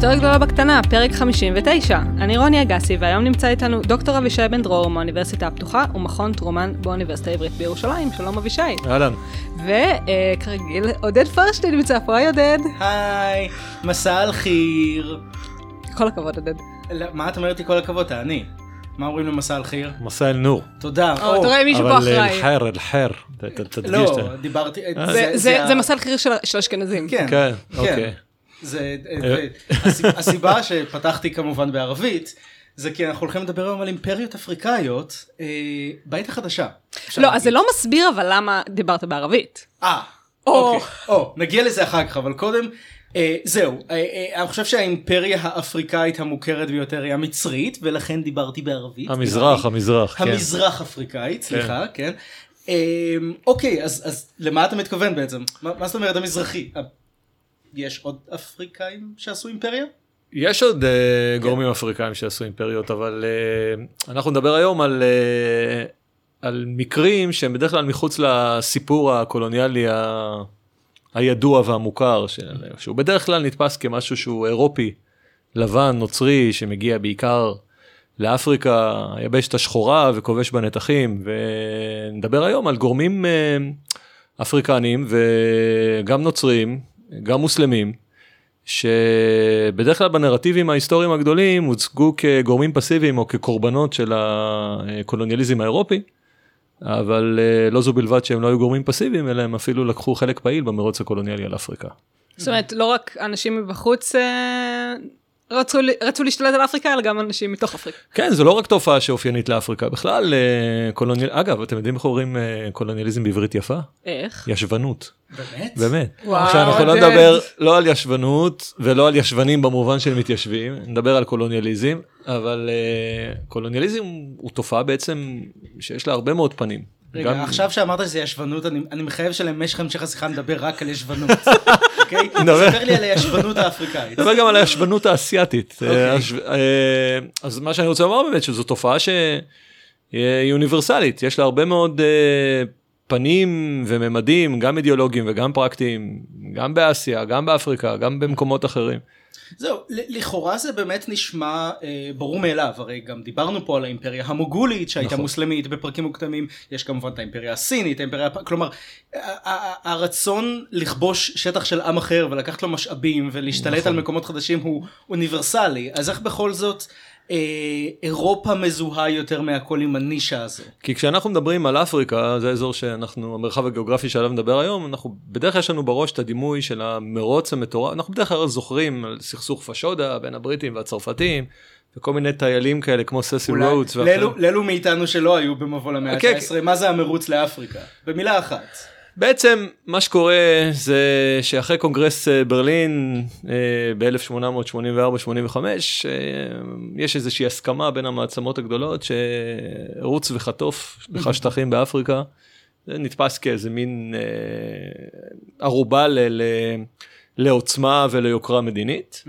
היסטוריה גדולה בקטנה, פרק 59. אני רוני אגסי, והיום נמצא איתנו דוקטור אבישי בן דרור מהאוניברסיטה הפתוחה ומכון טרומן באוניברסיטה העברית בירושלים. שלום אבישי. אהלן. וכרגיל, עודד פרשטיין נמצא פה. היי עודד. היי, מסע על חיר. כל הכבוד עודד. מה את אומרת לי כל הכבוד? תעני. מה אומרים למסע על חיר? מסע אל נור. תודה. אתה רואה מישהו פה אחראי. אבל אל-חר. תדגיש. לא, דיברתי... זה מסע על חיר של אשכנזים. כן, כן, אוקיי. הסיבה שפתחתי כמובן בערבית, זה כי אנחנו הולכים לדבר היום על אימפריות אפריקאיות בעת החדשה. לא, אז זה לא מסביר אבל למה דיברת בערבית. אוקיי. נגיע לזה אחר כך, אבל קודם, זהו, אני חושב שהאימפריה האפריקאית המוכרת ביותר היא המצרית, ולכן דיברתי בערבית. המזרח, כן. המזרח אפריקאית, סליחה, כן. אוקיי, אז למה אתה מתכוון בעצם? מה זאת אומרת המזרחי? יש עוד אפריקאים שעשו אימפריה? יש עוד גורמים אפריקאים שעשו אימפריות, אבל אנחנו נדבר היום על מקרים שהם בדרך כלל מחוץ לסיפור הקולוניאלי הידוע והמוכר, שהוא בדרך כלל נתפס כמשהו שהוא אירופי, לבן, נוצרי, שמגיע בעיקר לאפריקה, היבשת השחורה וכובש בנתחים, ונדבר היום על גורמים אפריקנים וגם נוצרים, גם מוסלמים, שבדרך כלל בנרטיבים ההיסטוריים הגדולים הוצגו כגורמים פסיביים או כקורבנות של הקולוניאליזם האירופי, אבל לא זו בלבד שהם לא היו גורמים פסיביים, אלא הם אפילו לקחו חלק פעיל במרוץ הקולוניאלי על אפריקה. זאת אומרת, לא רק אנשים מבחוץ רצו להשתלט על אפריקה, אלא גם אנשים מתוך אפריקה. כן, זו לא רק תופעה שאופיינית לאפריקה, בכלל אגב, אתם יודעים איך אומרים קולוניאליזם בעברית יפה? איך? ישבנות. באמת? באמת. וואו, שאנחנו לא נדבר לא על ישבנות, ולא על ישבנים במובן של מתיישבים, נדבר על קולוניאליזם, אבל קולוניאליזם הוא תופעה בעצם שיש לה הרבה מאוד פנים. רגע, עכשיו שאמרת שזה ישבנות, אני מחייב שלמשך המשך השיחה נדבר רק על ישבנות. אוקיי? ספר לי על הישבנות האפריקאית. נדבר גם על הישבנות האסייתית. אז מה שאני רוצה לומר באמת, שזו תופעה שהיא אוניברסלית. יש לה הרבה מאוד פנים וממדים, גם אידיאולוגיים וגם פרקטיים, גם באסיה, גם באפריקה, גם במקומות אחרים. זהו, לכאורה זה באמת נשמע ברור מאליו, הרי גם דיברנו פה על האימפריה המוגולית שהייתה מוסלמית בפרקים מוקדמים, יש כמובן את האימפריה הסינית, כלומר, הרצון לכבוש שטח של עם אחר ולקחת לו משאבים ולהשתלט על מקומות חדשים הוא אוניברסלי, אז איך בכל זאת אירופה מזוהה יותר מהכל עם הנישה הזו? כי כשאנחנו מדברים על אפריקה, זה האזור שאנחנו, המרחב הגיאוגרפי שעליו נדבר היום, אנחנו בדרך כלל יש לנו בראש את הדימוי של המרוץ המטורף, אנחנו בדרך כלל זוכרים על סכסוך פשודה בין הבריטים והצרפתים, וכל מיני טיילים כאלה כמו ססיל רודס. לאלו מאיתנו שלא היו במבוא למאה ה-19, מה זה המרוץ לאפריקה? במילה אחת. בעצם מה שקורה זה שאחרי קונגרס ברלין ב-1884-85 יש איזושהי הסכמה בין המעצמות הגדולות שרוץ וחטוף לך שטחים באפריקה. זה נתפס כאיזה מין ערובה לעוצמה וליוקרה מדינית.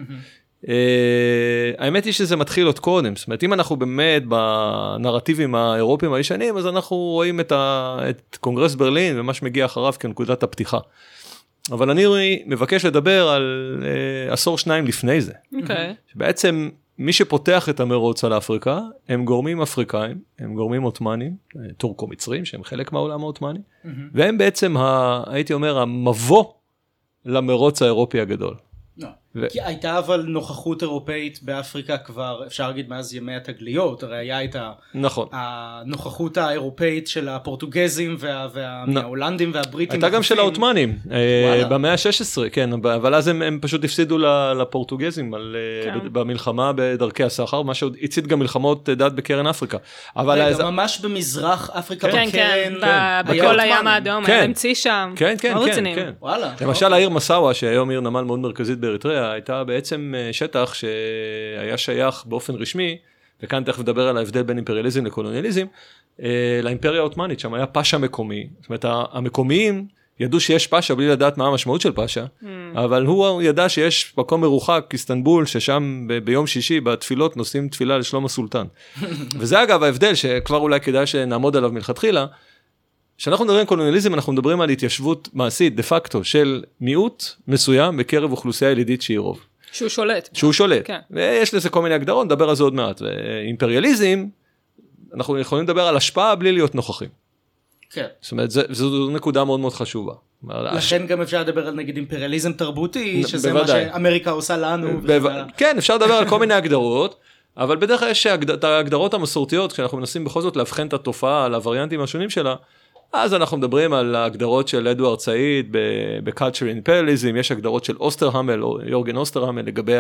האמת היא שזה מתחיל עוד קודם, זאת אומרת אם אנחנו באמת בנרטיבים האירופיים הישנים, אז אנחנו רואים את קונגרס ברלין ומה שמגיע אחריו כנקודת הפתיחה. אבל אני מבקש לדבר על עשור שניים לפני זה. שבעצם מי שפותח את המרוץ על אפריקה, הם גורמים אפריקאים, הם גורמים עות'מאנים, טורקו-מצרים, שהם חלק מהעולם העות'מאני, והם בעצם, הייתי אומר, המבוא למרוץ האירופי הגדול. כי הייתה אבל נוכחות אירופאית באפריקה כבר, אפשר להגיד מאז ימי התגליות, הרי היה את הנוכחות האירופאית של הפורטוגזים וההולנדים והבריטים. הייתה גם של העות'מאנים, במאה ה-16, כן, אבל אז הם פשוט הפסידו לפורטוגזים במלחמה בדרכי הסחר, מה שעוד הצית גם מלחמות דת בקרן אפריקה. ממש במזרח אפריקה בקרן. כן, בכל הים האדום, היה אמצי שם. כן, כן, כן. למשל העיר מסאווה, שהיום עיר נמל מאוד מרכזית באריתריאה, הייתה בעצם שטח שהיה שייך באופן רשמי, וכאן תכף נדבר על ההבדל בין אימפריאליזם לקולוניאליזם, לאימפריה העות'מאנית, שם היה פאשה מקומי, זאת אומרת המקומיים ידעו שיש פאשה בלי לדעת מה המשמעות של פאשה, אבל הוא ידע שיש מקום מרוחק, איסטנבול, ששם ביום שישי בתפילות נושאים תפילה לשלום הסולטן. וזה אגב ההבדל שכבר אולי כדאי שנעמוד עליו מלכתחילה, כשאנחנו מדברים על קולוניאליזם, אנחנו מדברים על התיישבות מעשית, דה פקטו, של מיעוט מסוים בקרב אוכלוסייה ילידית שהיא רוב. שהוא שולט. כן. ויש לזה כל מיני הגדרות, נדבר על זה עוד מעט. אימפריאליזם, אנחנו יכולים לדבר על השפעה בלי להיות נוכחים. כן. זאת אומרת, זו נקודה מאוד מאוד חשובה. לכן גם אפשר לדבר על נגיד אימפריאליזם תרבותי, שזה מה שאמריקה עושה לנו. כן, אפשר לדבר על כל מיני הגדרות, אבל בדרך כלל יש את ההגדרות המסורתיות, כשאנחנו מנסים בכל זאת להבחן את התופעה על הווריאנטים השונים שלה, אז אנחנו מדברים על ההגדרות של אדוארד סעיד ב-Culture Imperialism, יש הגדרות של אוסטרהמל, או יורגן אוסטרהמל, לגבי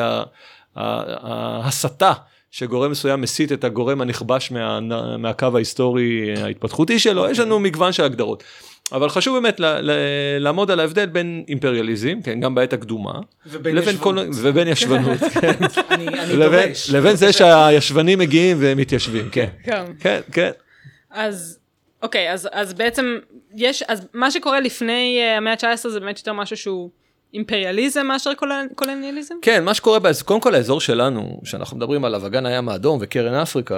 ההסתה שגורם מסוים מסית את הגורם הנכבש מהקו ההיסטורי ההתפתחותי שלו, יש לנו מגוון של הגדרות. אבל חשוב באמת לעמוד על ההבדל בין אימפריאליזם, כן, גם בעת הקדומה, ובין ישבנות, לבין זה שהישבנים מגיעים ומתיישבים, כן, כן, כן. אז, אוקיי, אז בעצם יש, אז מה שקורה לפני המאה ה-19 זה באמת יותר משהו שהוא אימפריאליזם מאשר קולוניאליזם? כן, מה שקורה, קודם כל האזור שלנו, שאנחנו מדברים עליו, אגן הים האדום וקרן אפריקה,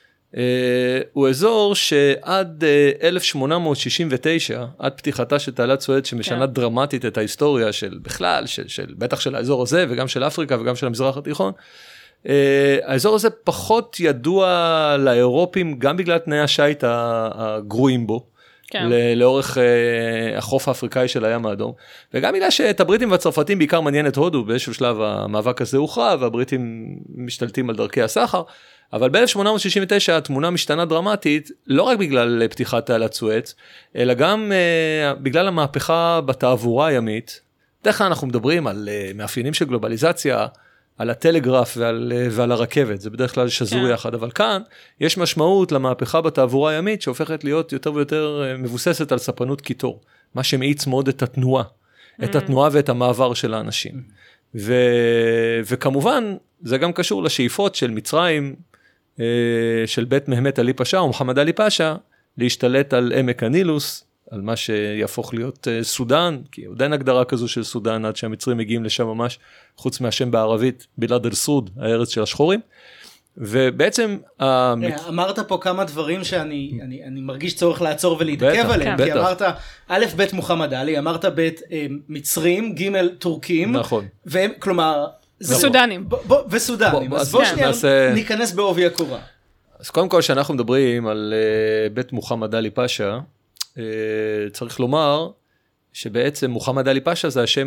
הוא אזור שעד 1869, עד פתיחתה של תעלת סואץ שמשנה דרמטית את ההיסטוריה של בכלל, בטח של האזור הזה וגם של אפריקה וגם של המזרח התיכון, האזור הזה פחות ידוע לאירופים גם בגלל תנאי השייט הגרועים בו, לאורך החוף האפריקאי של הים האדום, וגם בגלל שאת הבריטים והצרפתים בעיקר מעניין את הודו, באיזשהו שלב המאבק הזה הוכרע, והבריטים משתלטים על דרכי הסחר, אבל ב-1869 התמונה משתנה דרמטית, לא רק בגלל פתיחת תעלת סואץ, אלא גם בגלל המהפכה בתעבורה הימית. בדרך כלל אנחנו מדברים על מאפיינים של גלובליזציה, על הטלגרף ועל הרכבת, זה בדרך כלל שזור יחד, אבל כאן יש משמעות למהפכה בתעבורה הימית, שהופכת להיות יותר ויותר מבוססת על ספנות קיטור, מה שמאיץ מאוד את התנועה ואת המעבר של האנשים. וכמובן, זה גם קשור לשאיפות של מצרים, של בית מהמת עלי פאשה או מוחמד עלי פאשה, להשתלט על עמק הנילוס, על מה שיהפוך להיות סודן, כי עוד אין הגדרה כזו של סודן, עד שהמצרים מגיעים לשם ממש, חוץ מהשם בערבית, בלד אל סוד, הארץ של השחורים, ובעצם... אמרת פה כמה דברים שאני מרגיש צורך לעצור ולהתעכב עליהם, כי אמרת א' ב' מוחמד עלי, אמרת ב' מצרים, ג' טורקים, נכון. כלומר... וסודנים. וסודנים, אז בוא שנייה ניכנס בעובי הקורה. אז קודם כל שאנחנו מדברים על בית מוחמד עלי פאשה, צריך לומר שבעצם מוחמד עלי פאשה זה השם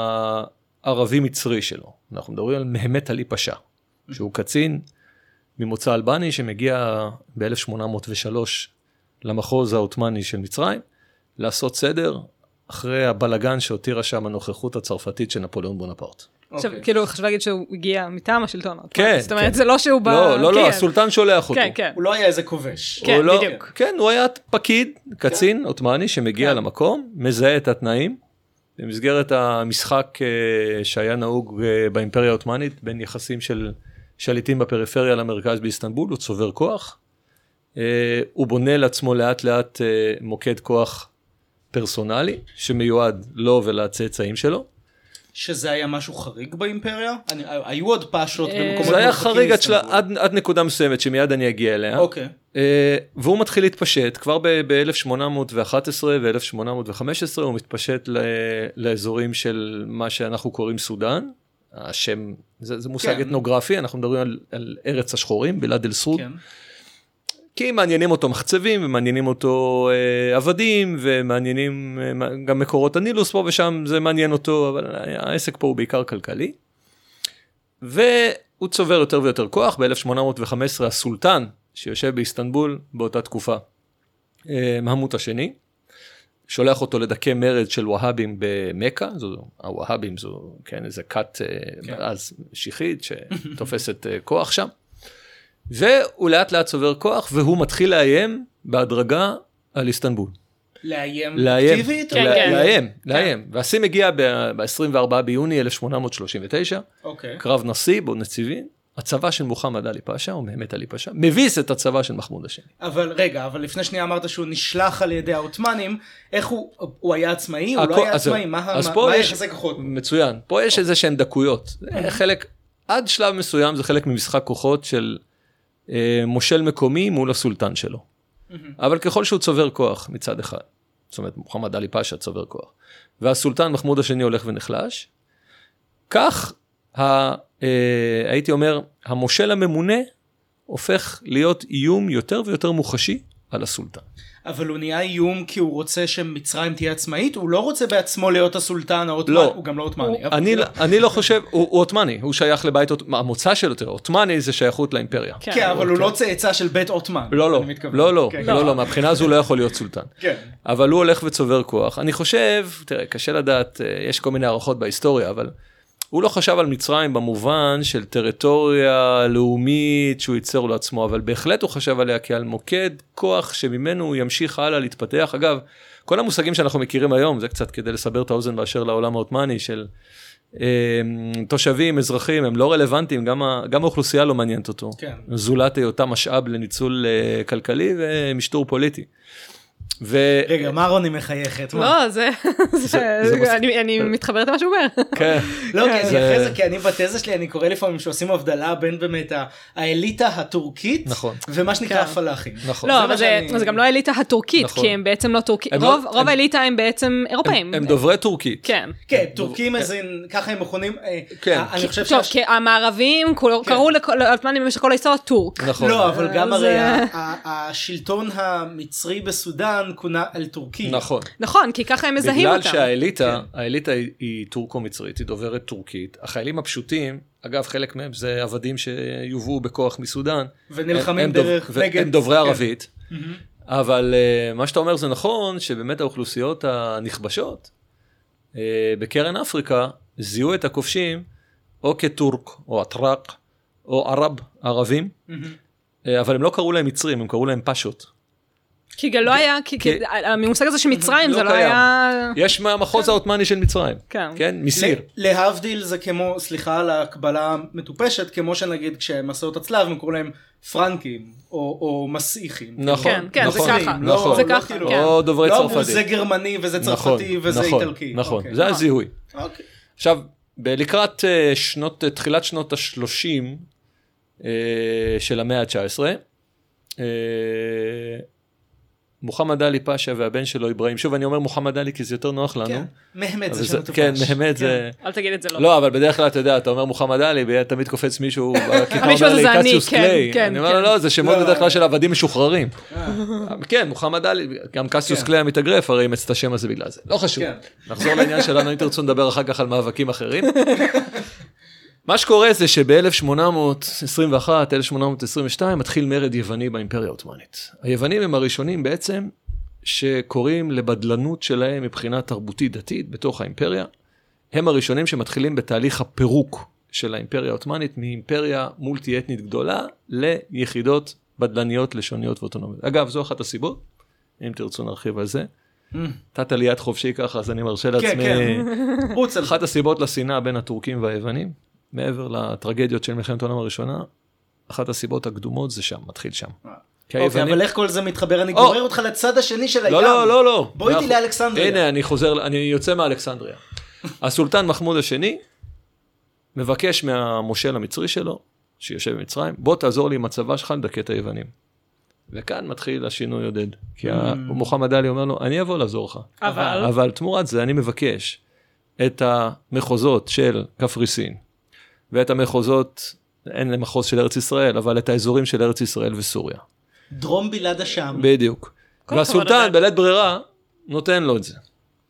הערבי מצרי שלו. אנחנו מדברים על מהמת עלי פאשה, שהוא קצין ממוצא אלבני שמגיע ב-1803 למחוז העות'מאני של מצרים, לעשות סדר אחרי הבלגן שהותירה שם הנוכחות הצרפתית של נפוליאון בונפרט. עכשיו, כאילו, חשוב להגיד שהוא הגיע מטעם השלטון. כן. זאת אומרת, זה לא שהוא בא... לא, הסולטן שולח אותו. כן, כן. הוא לא היה איזה כובש. כן, בדיוק. כן, הוא היה פקיד, קצין, עות'מאני, שמגיע למקום, מזהה את התנאים, במסגרת המשחק שהיה נהוג באימפריה העות'מאנית, בין יחסים של שליטים בפריפריה למרכז באיסטנבול, הוא צובר כוח, הוא בונה לעצמו לאט לאט מוקד כוח פרסונלי, שמיועד לו ולצאצאים שלו, שזה היה משהו חריג באימפריה? היו עוד פאשות במקומות... זה היה חריג עד נקודה מסוימת שמיד אני אגיע אליה. אוקיי. והוא מתחיל להתפשט, כבר ב-1811 ו-1815 הוא מתפשט לאזורים של מה שאנחנו קוראים סודן. השם, זה מושג אתנוגרפי, אנחנו מדברים על ארץ השחורים, בלד אל סוד. כן. כי מעניינים אותו מחצבים, ומעניינים אותו עבדים, ומעניינים גם מקורות הנילוס פה ושם, זה מעניין אותו, אבל העסק פה הוא בעיקר כלכלי. והוא צובר יותר ויותר כוח, ב-1815 הסולטן, שיושב באיסטנבול באותה תקופה, מהמות השני, שולח אותו לדכא מרד של והאבים במכה, הווהאבים זו כן, איזה כת אז שיחית שתופסת כוח שם, והוא לאט לאט צובר כוח, והוא מתחיל לאיים בהדרגה על איסטנבול. לאיים אקטיבית? לאיים. והשיא מגיע ב-24 ביוני 1839, קרב נסיב או נציבין, הצבא של מוחמד עלי פאשה, או מהמת עלי פאשה, מביס את הצבא של מחמוד השני. אבל רגע, אבל לפני שנייה אמרת שהוא נשלח על ידי העות'מאנים, איך הוא היה עצמאי? הוא לא היה עצמאי? מה יחסי כוחות? מצוין. פה יש איזה שהן דקויות. חלק, עד שלב מסוים זה חלק ממשחק כוחות של מושל מקומי מול הסולטן שלו. אבל ככל שהוא צובר כוח מצד אחד, זאת אומרת, מוחמד עלי פאשה צובר כוח, והסולטן מחמוד השני הולך ונחלש, כך הייתי אומר, המושל הממונה הופך להיות איום יותר ויותר מוחשי על הסולטן. אבל הוא נהיה איום כי הוא רוצה שמצרים תהיה עצמאית, הוא לא רוצה בעצמו להיות הסולטן העות'מאני, לא. הוא גם לא עות'מאני. אני לא חושב, הוא עות'מאני, הוא שייך לבית, המוצא שלו, עות'מאני זה שייכות לאימפריה. כן, אבל הוא לא צאצא של בית עות'מן. לא, מהבחינה הזו לא יכול להיות סולטן. אבל הוא הולך וצובר כוח. אני חושב, תראה, קשה לדעת, יש כל מיני הערכות בהיסטוריה, אבל הוא לא חשב על מצרים במובן של טריטוריה לאומית שהוא ייצר לעצמו, אבל בהחלט הוא חשב עליה כעל מוקד כוח שממנו הוא ימשיך הלאה להתפתח. אגב, כל המושגים שאנחנו מכירים היום, זה קצת כדי לסבר את האוזן באשר לעולם העות'מאני של תושבים, אזרחים, הם לא רלוונטיים, גם האוכלוסייה לא מעניינת אותו. כן. זולת היותה משאב לניצול כלכלי ומשטור פוליטי. רגע, מה רוני מחייכת? לא, אני מתחברת למה שהוא אומר. כן. לא, כי אני בתזה שלי, אני קורא לפעמים שעושים הבדלה בין באמת האליטה הטורקית, ומה שנקרא הפלאחים. לא, אבל זה גם לא האליטה הטורקית, כי הם בעצם לא טורקים. רוב האליטה הם בעצם אירופאים. הם דוברי טורקית. כן. כן, טורקים, ככה הם מכונים, אני חושב טוב, כי המערבים קראו לעות'מאנים במשך כל ההיסטוריה טורק. לא, אבל גם הרי השלטון המצרי בסודאן כונה על טורקי. נכון, כי ככה הם מזהים אותם. בגלל שהאליטה היא טורקו-מצרית, היא דוברת טורקית. החיילים הפשוטים, אגב, חלק מהם זה עבדים שיובאו בכוח מסודן. ונלחמים דרך נגד. הם דוברי ערבית. אבל מה שאתה אומר זה נכון, שבאמת האוכלוסיות הנכבשות, בקרן אפריקה, זיהו את הכובשים, או כטורק, או אטרק, או ערבים, אבל הם לא קראו להם מצרים, הם קראו להם פשות. כי גם לא היה, המושג הזה של מצרים זה לא היה... יש מהמחוז העות'מאני של מצרים, כן, מסיר. להבדיל זה כמו, סליחה על ההקבלה מטופשת, כמו שנגיד כשמסעות הצלב הם קוראים להם פרנקים, או מסעיכים. נכון, כן, זה ככה. זה ככה, או דוברי צרפתי. לא, זה גרמני וזה צרפתי וזה איטלקי. נכון, זה הזיהוי. עכשיו, לקראת תחילת שנות ה-30 של המאה ה-19, מוחמד עלי פאשה והבן שלו איברהים, שוב אני אומר מוחמד עלי כי זה יותר נוח לנו. מהמד זה שם טופש. כן, מהמד זה... אל תגיד את זה לא. לא, אבל בדרך כלל אתה יודע, אתה אומר מוחמד עלי, תמיד קופץ מישהו, אומר לי קסיוס קליי. אני אומר לו, לא, זה שמות בדרך כלל של עבדים משוחררים. כן, מוחמד עלי, גם קסיוס קליי המתאגרף, הרי אימץ את השם הזה בגלל זה. לא חשוב. נחזור לעניין שלנו, אם תרצו נדבר אחר כך על מאבקים אחרים. מה שקורה זה שב-1821, 1822, מתחיל מרד יווני באימפריה העות'מאנית. היוונים הם הראשונים בעצם שקוראים לבדלנות שלהם מבחינה תרבותית דתית בתוך האימפריה. הם הראשונים שמתחילים בתהליך הפירוק של האימפריה העות'מאנית מאימפריה מולטי-אתנית גדולה ליחידות בדלניות, לשוניות ואוטונומיות. אגב, זו אחת הסיבות, אם תרצו נרחיב על זה. תת עליית חופשי ככה, אז אני מרשה לעצמי. אחת הסיבות לשנאה בין הטורקים והיוונים. מעבר לטרגדיות של מלחמת העולם הראשונה, אחת הסיבות הקדומות זה שם, מתחיל שם. אוקיי, אבל איך כל זה מתחבר? אני גורר אותך לצד השני של הים. לא. בוא איתי לאלכסנדריה. הנה, אני יוצא מאלכסנדריה. הסולטן מחמוד השני, מבקש מהמושל המצרי שלו, שיושב במצרים, בוא תעזור לי עם הצבא שלך לדכא את היוונים. וכאן מתחיל השינוי עודד. כי מוחמד עלי אומר לו, אני אבוא לעזור לך. אבל תמורת זה אני מבקש את המחוזות של קפריסין, ואת המחוזות, אין למחוז של ארץ ישראל, אבל את האזורים של ארץ ישראל וסוריה. דרום בלעד השם. בדיוק. והסולטן בלית ברירה נותן לו את זה.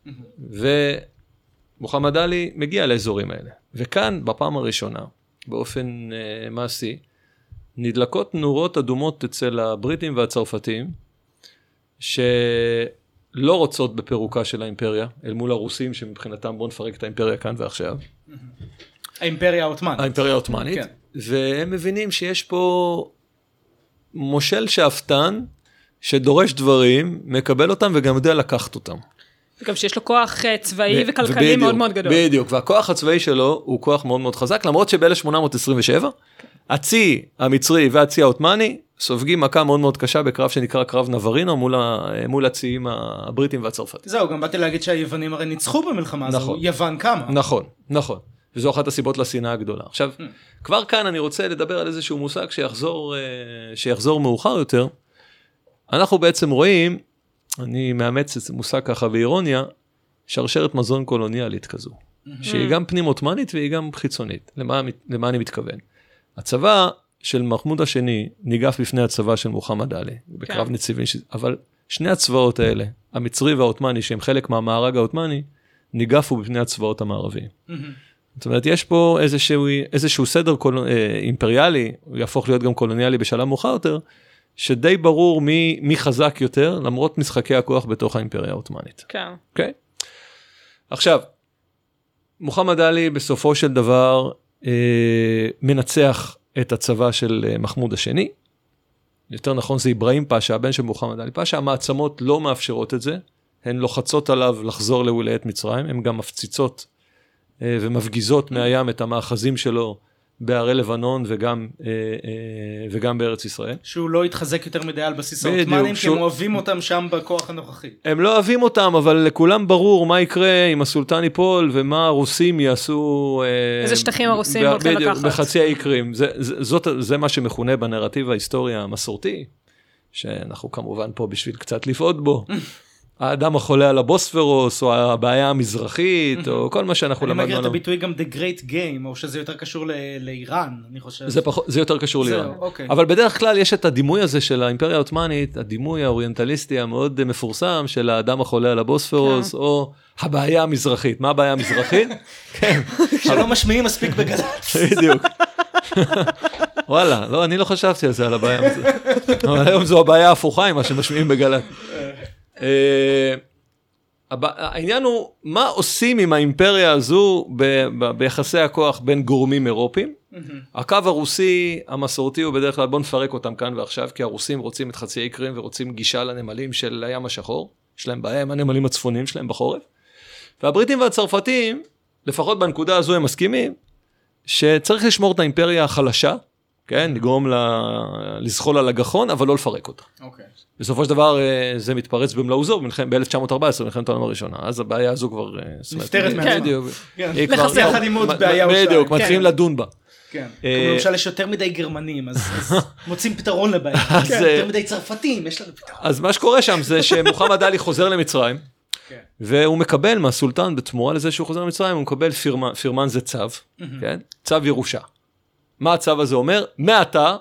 ומוחמד עלי מגיע לאזורים האלה. וכאן בפעם הראשונה, באופן מעשי, נדלקות נורות אדומות אצל הבריטים והצרפתים, שלא רוצות בפירוקה של האימפריה, אל מול הרוסים שמבחינתם בוא נפרק את האימפריה כאן ועכשיו. האימפריה העות'מאנית. האימפריה העות'מאנית, כן. והם מבינים שיש פה מושל שאפתן, שדורש דברים, מקבל אותם וגם יודע לקחת אותם. וגם שיש לו כוח צבאי וכלכלי מאוד מאוד גדול. בדיוק, והכוח הצבאי שלו הוא כוח מאוד מאוד חזק, למרות שב-1827, הצי המצרי והצי העות'מאני, סופגים מכה מאוד מאוד קשה בקרב שנקרא קרב נברינו, מול הציים הבריטים והצרפתים. זהו, גם באתי להגיד שהיוונים הרי ניצחו במלחמה הזו, יוון קמה. נכון. וזו אחת הסיבות לשנאה הגדולה. עכשיו, כבר כאן אני רוצה לדבר על איזשהו מושג שיחזור מאוחר יותר. אנחנו בעצם רואים, אני מאמץ את מושג ככה באירוניה, שרשרת מזון קולוניאלית כזו. שהיא גם פנים עות'מאנית והיא גם חיצונית. למה אני מתכוון? הצבא של מחמוד השני ניגף בפני הצבא של מוחמד עלי, בקרב נציבים, אבל שני הצבאות האלה, המצרי והעות'מאני, שהם חלק מהמארג העות'מאני, ניגפו בפני הצבאות המערביים. זאת אומרת, יש פה איזשהו סדר אימפריאלי, הוא יהפוך להיות גם קולוניאלי בשלב מאוחר יותר, שדי ברור מי חזק יותר, למרות משחקי הכוח בתוך האימפריה העות'מאנית. כן. אוקיי? עכשיו, מוחמד עלי בסופו של דבר מנצח את הצבא של מחמוד השני, יותר נכון זה אברהים פאשה, הבן של מוחמד עלי פאשה, המעצמות לא מאפשרות את זה, הן לוחצות עליו לחזור לווילאיית מצרים, הן גם מפציצות ומפגיזות מהים את המאחזים שלו בערי לבנון וגם בארץ ישראל. שהוא לא יתחזק יותר מדי על בסיס העות'מאנים, כי הם אוהבים אותם שם בכוח הנוכחי. הם לא אוהבים אותם, אבל לכולם ברור מה יקרה אם הסולטן ייפול, ומה הרוסים יעשו... איזה שטחים הרוסים הולכים לקחת. בדיוק, בחצי האי קרים. זה מה שמכונה בנרטיב ההיסטוריה המסורתי, שאנחנו כמובן פה בשביל קצת לפעוד בו. האדם החולה על הבוספרוס, או הבעיה המזרחית, או כל מה שאנחנו למדנו. אני מכיר את הביטוי גם The Great Game, או שזה יותר קשור לאיראן, אני חושב. זה יותר קשור לאיראן. אבל בדרך כלל יש את הדימוי הזה של האימפריה העות'מאנית, הדימוי האוריינטליסטי המאוד מפורסם, של האדם החולה על הבוספרוס, או הבעיה המזרחית. מה הבעיה המזרחית? כן. שלא משמיעים מספיק בגל"צ. בדיוק. וואלה, לא, אני לא חשבתי על זה, על הבעיה המזרחית. אבל היום זו הבעיה ההפוכה עם מה שמשמיעים בגל"צ. העניין הוא, מה עושים עם האימפריה הזו ביחסי הכוח בין גורמים אירופיים? הקו הרוסי המסורתי הוא בדרך כלל, בוא נפרק אותם כאן ועכשיו, כי הרוסים רוצים את חצי האי קרים ורוצים גישה לנמלים של הים השחור, יש להם בעיה עם הנמלים הצפוניים שלהם בחורף, והבריטים והצרפתים, לפחות בנקודה הזו הם מסכימים, שצריך לשמור את האימפריה החלשה, כן, לגרום לזחול על הגחון, אבל לא לפרק אותה. אוקיי. בסופו של דבר זה מתפרץ במלאוזו, ב-1914, מלחמת העולם הראשונה, אז הבעיה הזו כבר... נפטרת מעצמה. לחסר. יחד עם עוד בעיה או בדיוק, מתחילים לדון בה. כן, למשל יש יותר מדי גרמנים, אז מוצאים פתרון לבעיה. יותר מדי צרפתים, יש לנו פתרון. אז מה שקורה שם זה שמוחמד עלי חוזר למצרים, והוא מקבל מהסולטן בתמורה לזה שהוא חוזר למצרים, הוא מקבל פירמן זה צו, צו ירושה. מה הצו הזה אומר? מעתה,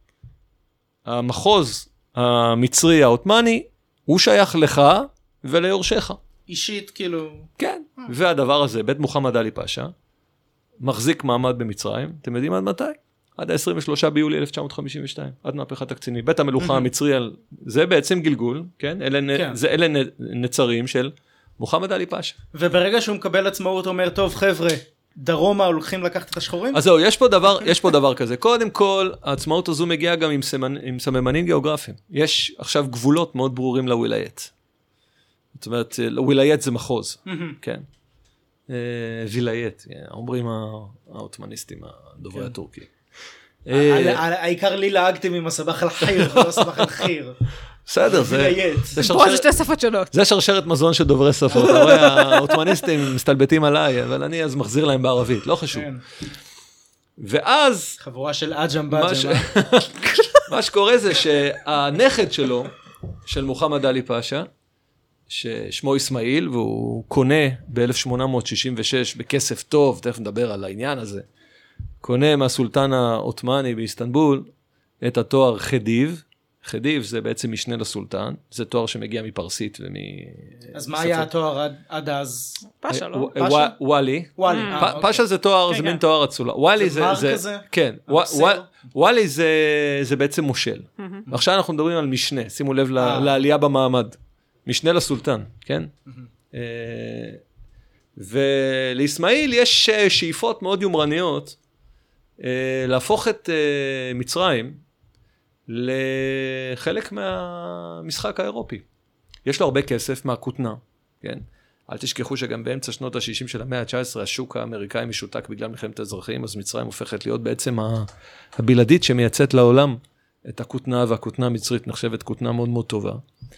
המחוז המצרי העות'מאני, הוא שייך לך וליורשך. אישית, כאילו... כן, והדבר הזה, בית מוחמד עלי פאשה, מחזיק מעמד במצרים, אתם יודעים עד מתי? עד ה-23 ביולי 1952, עד מהפכת הקצינים. בית המלוכה המצרי, זה בעצם גלגול, כן? אלה נצרים של מוחמד עלי פאשה. וברגע שהוא מקבל עצמאות, הוא אומר, טוב חבר'ה, דרומה הולכים לקחת את השחורים? אז זהו, יש פה דבר כזה. קודם כל, העצמאות הזו מגיעה גם עם סממנים גיאוגרפיים. יש עכשיו גבולות מאוד ברורים לווילאיית. זאת אומרת, ווילאיית זה מחוז, כן. וילאיית, אומרים העות'מאניסטים, הדוברי הטורקי. העיקר לי להגתם עם הסבח על חיר, לא הסבח על חיר. בסדר, פה זה שתי שפות שונות. זה שרשרת מזון של דוברי שפות. אתה רואה, העות'מאניסטים מסתלבטים עליי, אבל אני אז מחזיר להם בערבית, לא חשוב. ואז... חבורה של אג'ם באג'ם. מה שקורה זה שהנכד שלו, של מוחמד עלי פאשה, ששמו אסמאעיל, והוא קונה ב-1866 בכסף טוב, תכף נדבר על העניין הזה, קונה מהסולטן העות'מאני באיסטנבול את התואר חדיב. חדיב זה בעצם משנה לסולטן, זה תואר שמגיע מפרסית אז מה היה התואר עד אז? פאשה, לא? וואלי. פאשה זה תואר, זה מין תואר אצולה. וואלי זה... זה מר כזה? כן. וואלי זה בעצם מושל. עכשיו אנחנו מדברים על משנה, שימו לב לעלייה במעמד. משנה לסולטן, כן? ולאסמאעיל יש שאיפות מאוד יומרניות להפוך את מצרים לחלק מהמשחק האירופי. יש לו הרבה כסף מהכותנה, כן? אל תשכחו שגם באמצע שנות ה-60 של המאה ה-19 השוק האמריקאי משותק בגלל מלחמת האזרחים, אז מצרים הופכת להיות בעצם הבלעדית שמייצאת לעולם את הכותנה, והכותנה המצרית נחשבת כותנה מאוד מאוד טובה.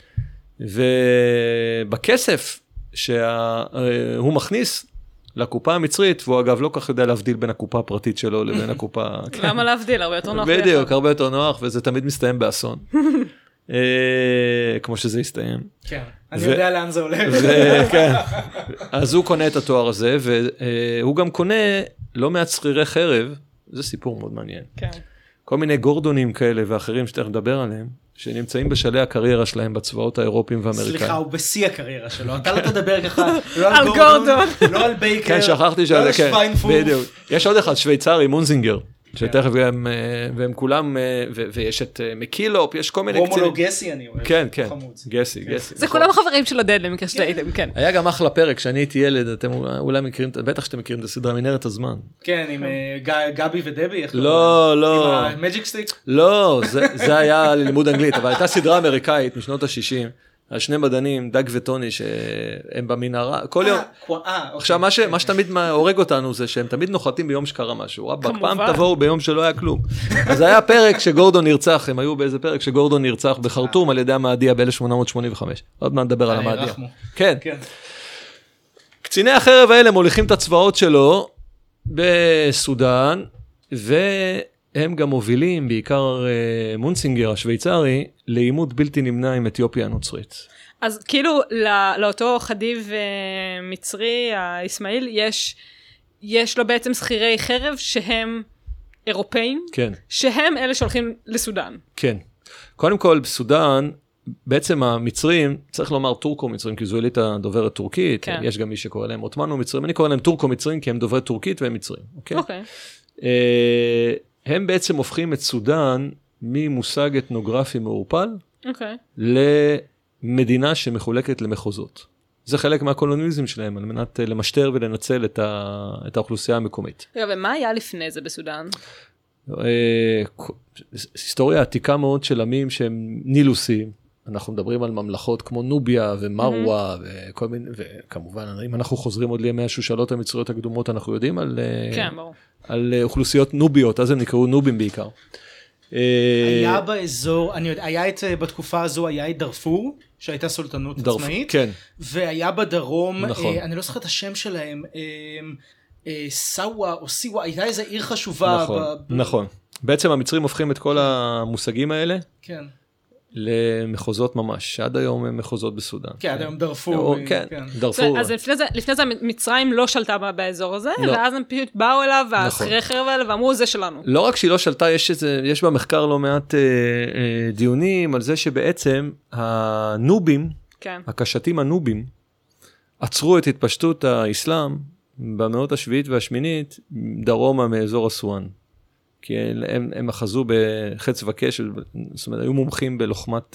ובכסף שהוא מכניס לקופה המצרית, והוא אגב לא כך יודע להבדיל בין הקופה הפרטית שלו לבין הקופה... למה להבדיל? הרבה יותר נוח. בדיוק, הרבה יותר נוח, וזה תמיד מסתיים באסון. כמו שזה הסתיים. כן, אני יודע לאן זה הולך. כן. אז הוא קונה את התואר הזה, והוא גם קונה לא מעט שכירי חרב, זה סיפור מאוד מעניין. כן. כל מיני גורדונים כאלה ואחרים שתכף נדבר עליהם, שנמצאים בשלהי הקריירה שלהם בצבאות האירופיים והאמריקאים. סליחה, הוא בשיא הקריירה שלו, אתה לא תדבר ככה, לא על גורדון, לא על בייקר, כן, שכחתי לא על שוויינפורף. בדיוק. יש עוד אחד, שוויצרי, מונזינגר, שתכף והם כולם, ויש את מקילופ, יש כל מיני רומולו גסי אני אוהב. כן, כן, גסי. זה כולם החברים של עודד למקרה שהייתם, כן. היה גם אחלה פרק, כשאני הייתי ילד, אתם אולי מכירים, בטח שאתם מכירים את הסדרה מנהרת הזמן. כן, עם גבי ודבי, לא. עם המג'יק סטיק? לא, זה היה ללימוד אנגלית, אבל הייתה סדרה אמריקאית משנות ה-60, על שני מדענים, דג וטוני, שהם במנהרה, כל יום. עכשיו, מה שתמיד הורג אותנו זה שהם תמיד נוחתים ביום שקרה משהו. פעם תבואו ביום שלא היה כלום. אז היה פרק שגורדון נרצח, הם היו באיזה פרק שגורדון נרצח בחרטום על ידי המאדיה ב-1885. עוד מעט נדבר על המאדיה. כן. קציני החרב האלה מוליכים את הצבאות שלו בסודן, והם גם מובילים, בעיקר מונסינגר השוויצרי, לעימות בלתי נמנע עם אתיופיה הנוצרית. אז כאילו לאותו חדיב מצרי, האסמאעיל, יש לו בעצם שכירי חרב שהם אירופאים, כן. שהם אלה שהולכים לסודן. כן. קודם כל, בסודן, בעצם המצרים, צריך לומר טורקו-מצרים, כי זו אליט הדוברת טורקית, כן. יש גם מי שקורא להם עות'מאנו-מצרים, אני קורא להם טורקו-מצרים, כי הם דוברת טורקית והם מצרים. אוקיי. הם בעצם הופכים את סודן ממושג אתנוגרפי מעורפל, למדינה שמחולקת למחוזות. זה חלק מהקולוניאליזם שלהם, על מנת למשטר ולנצל את האוכלוסייה המקומית. ומה היה לפני זה בסודן? היסטוריה עתיקה מאוד של עמים שהם נילוסים, אנחנו מדברים על ממלכות כמו נוביה ומרווה וכל מיני, וכמובן, אם אנחנו חוזרים עוד לימי השושלות המצריות הקדומות, אנחנו יודעים על אוכלוסיות נוביות, אז הם נקראו נובים בעיקר. היה באזור, היה בתקופה הזו, היה את דרפור, שהייתה סולטנות עצמאית, והיה בדרום, אני לא זוכר את השם שלהם, סאווה או סיווה, הייתה איזו עיר חשובה. נכון. בעצם המצרים הופכים את כל המושגים האלה. כן. למחוזות ממש, עד היום הם מחוזות בסודן. כן, עד היום דרפור. כן, דרפור. אז לפני זה מצרים לא שלטה באזור הזה, ואז הם פשוט באו אליו, והשכירי חרב האלה, ואמרו, זה שלנו. לא רק שהיא לא שלטה, יש במחקר לא מעט דיונים על זה שבעצם הנובים, הקשתים הנובים, עצרו את התפשטות האסלאם במאות השביעית והשמינית, דרומה מאזור אסואן. כי הם אחזו בחץ וקשת, זאת אומרת, היו מומחים בלוחמת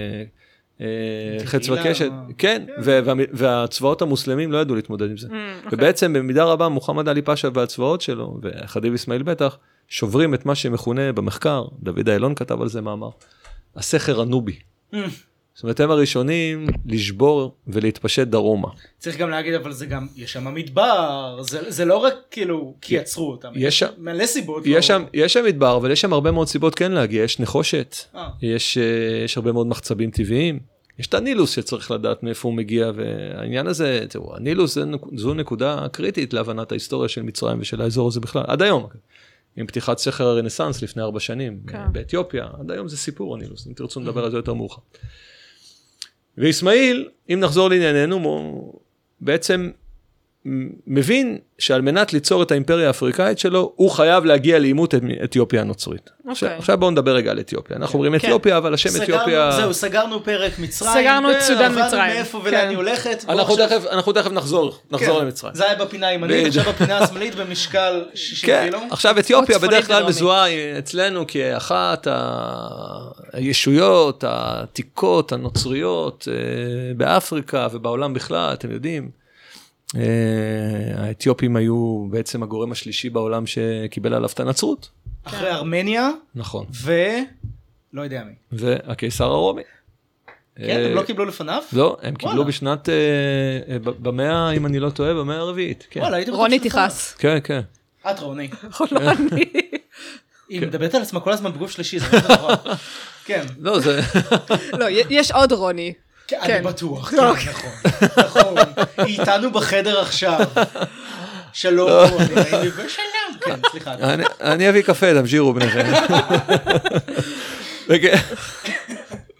חץ וקשת, כן, והצבאות המוסלמים לא ידעו להתמודד עם זה. ובעצם במידה רבה מוחמד עלי פאשה והצבאות שלו, וחדיב אסמאעיל בטח, שוברים את מה שמכונה במחקר, דוד איילון כתב על זה מאמר, הסכר הנובי. זאת אומרת, הם הראשונים לשבור ולהתפשט דרומה. צריך גם להגיד, אבל זה גם, יש שם מדבר, זה לא רק כאילו, כי יצרו אותם, יש מלא סיבות. יש שם מדבר, אבל יש שם הרבה מאוד סיבות כן להגיע, יש נחושת, יש הרבה מאוד מחצבים טבעיים, יש את הנילוס שצריך לדעת מאיפה הוא מגיע, והעניין הזה, תראו, הנילוס זו נקודה קריטית להבנת ההיסטוריה של מצרים ושל האזור הזה בכלל, עד היום. עם פתיחת סכר הרנסנס לפני 4 שנים, באתיופיה, עד היום זה סיפור הנילוס, אם תרצו נדבר על זה יותר מאוחר. ואסמאעיל, אם נחזור לענייננו, בעצם מבין שעל מנת ליצור את האימפריה האפריקאית שלו, הוא חייב להגיע לעימות אתיופיה הנוצרית. עכשיו בואו נדבר רגע על אתיופיה. אנחנו אומרים אתיופיה, אבל השם אתיופיה... זהו, סגרנו פרק מצרים. סגרנו את סודן מצרים. מאיפה ולאן היא הולכת. אנחנו תכף נחזור למצרים. זה היה בפינה הימנית, עכשיו בפינה השמאלית במשקל 60 קילו. עכשיו אתיופיה בדרך כלל מזוהה אצלנו כאחת הישויות העתיקות, הנוצריות, באפריקה ובעולם בכלל, אתם יודעים. האתיופים היו בעצם הגורם השלישי בעולם שקיבל עליו את הנצרות. אחרי ארמניה. נכון. לא יודע מי. והקיסר הרומי. כן, הם לא קיבלו לפניו? לא, הם קיבלו בשנת, במאה, אם אני לא טועה, במאה הרביעית. רוני תיכס. כן, כן. את רוני. רוני. היא מדברת על עצמה כל הזמן בגוף שלישי, זה לא נכון. כן. לא, זה... לא, יש עוד רוני. אני בטוח, נכון. היא איתנו בחדר עכשיו. שלום, אני בשלום. כן, סליחה. אני אביא קפה, תמשיכו בניכם.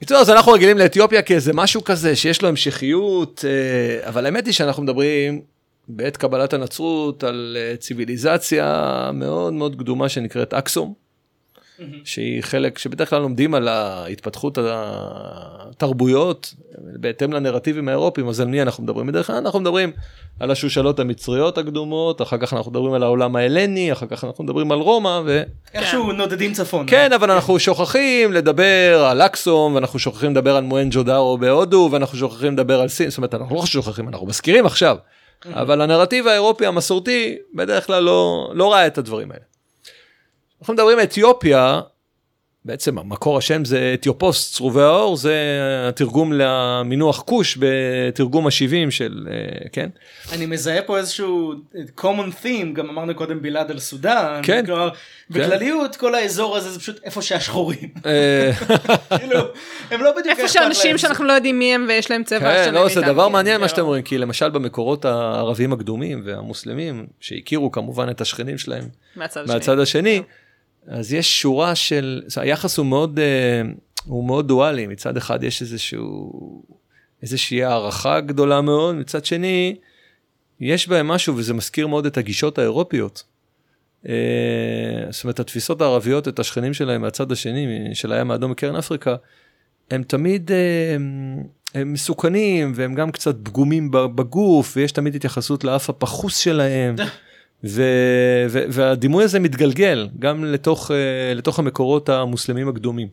בקיצור, אז אנחנו רגילים לאתיופיה כאיזה משהו כזה, שיש לו המשכיות, אבל האמת היא שאנחנו מדברים בעת קבלת הנצרות על ציוויליזציה מאוד מאוד קדומה שנקראת אקסום, שהיא חלק שבדרך כלל לומדים על ההתפתחות התרבויות, בהתאם לנרטיבים האירופיים, אז על מי אנחנו מדברים? בדרך כלל אנחנו מדברים על השושלות המצריות הקדומות, אחר כך אנחנו מדברים על העולם ההלני, אחר כך אנחנו מדברים על רומא, איכשהו נודדים צפון. כן, אבל אנחנו שוכחים לדבר על אקסום, ואנחנו שוכחים לדבר על מוהנג'ודארו בהודו, ואנחנו שוכחים לדבר על סין, זאת אומרת, אנחנו לא שוכחים, אנחנו מזכירים עכשיו, אבל הנרטיב האירופי המסורתי בדרך כלל לא ראה את הדברים האלה. אנחנו מדברים אתיופיה, בעצם המקור השם זה אתיופוס, צרובי האור, זה התרגום למינוח קוש בתרגום ה-70 של, כן? אני מזהה פה איזשהו common theme, גם אמרנו קודם בלעד על סודן, כן. כלומר, בכלליות כל האזור הזה זה פשוט איפה שהשחורים. כאילו, הם לא בדיוק... איפה שאנשים שאנחנו לא יודעים מי הם ויש להם צבע שונה. כן, לא, זה דבר מעניין מה שאתם אומרים, כי למשל במקורות הערבים הקדומים והמוסלמים, שהכירו כמובן את השכנים שלהם מהצד השני, אז יש שורה של, היחס הוא מאוד דואלי, מצד אחד יש איזושהי הערכה גדולה מאוד, מצד שני, יש בהם משהו, וזה מזכיר מאוד את הגישות האירופיות. זאת אומרת, התפיסות הערביות, את השכנים שלהם מהצד השני, של הים האדום מקרן אפריקה, הם תמיד הם מסוכנים, והם גם קצת פגומים בגוף, ויש תמיד התייחסות לאף הפחוס שלהם, והדימוי הזה מתגלגל גם לתוך המקורות המוסלמים הקדומים.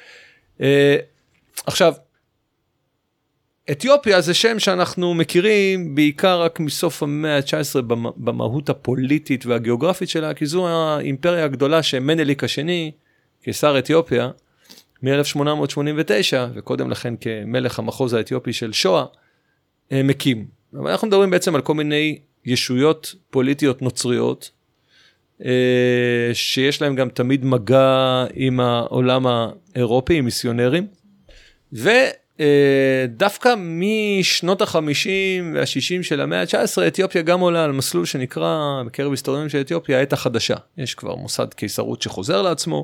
עכשיו, אתיופיה זה שם שאנחנו מכירים בעיקר רק מסוף המאה ה-19 במהות הפוליטית והגיאוגרפית שלה, כי זו האימפריה הגדולה שמנליק השני, קיסר אתיופיה, מ-1889, וקודם לכן כמלך המחוז האתיופי של שואה, מקים. אבל אנחנו מדברים בעצם על כל מיני ישויות פוליטיות נוצריות, שיש להם גם תמיד מגע עם העולם האירופי, עם מיסיונרים, ודווקא משנות ה-50 וה-60 של המאה ה-19, אתיופיה גם עולה על מסלול שנקרא, בקרב היסטוריונים של אתיופיה, העת החדשה. יש כבר מוסד קיסרות שחוזר לעצמו,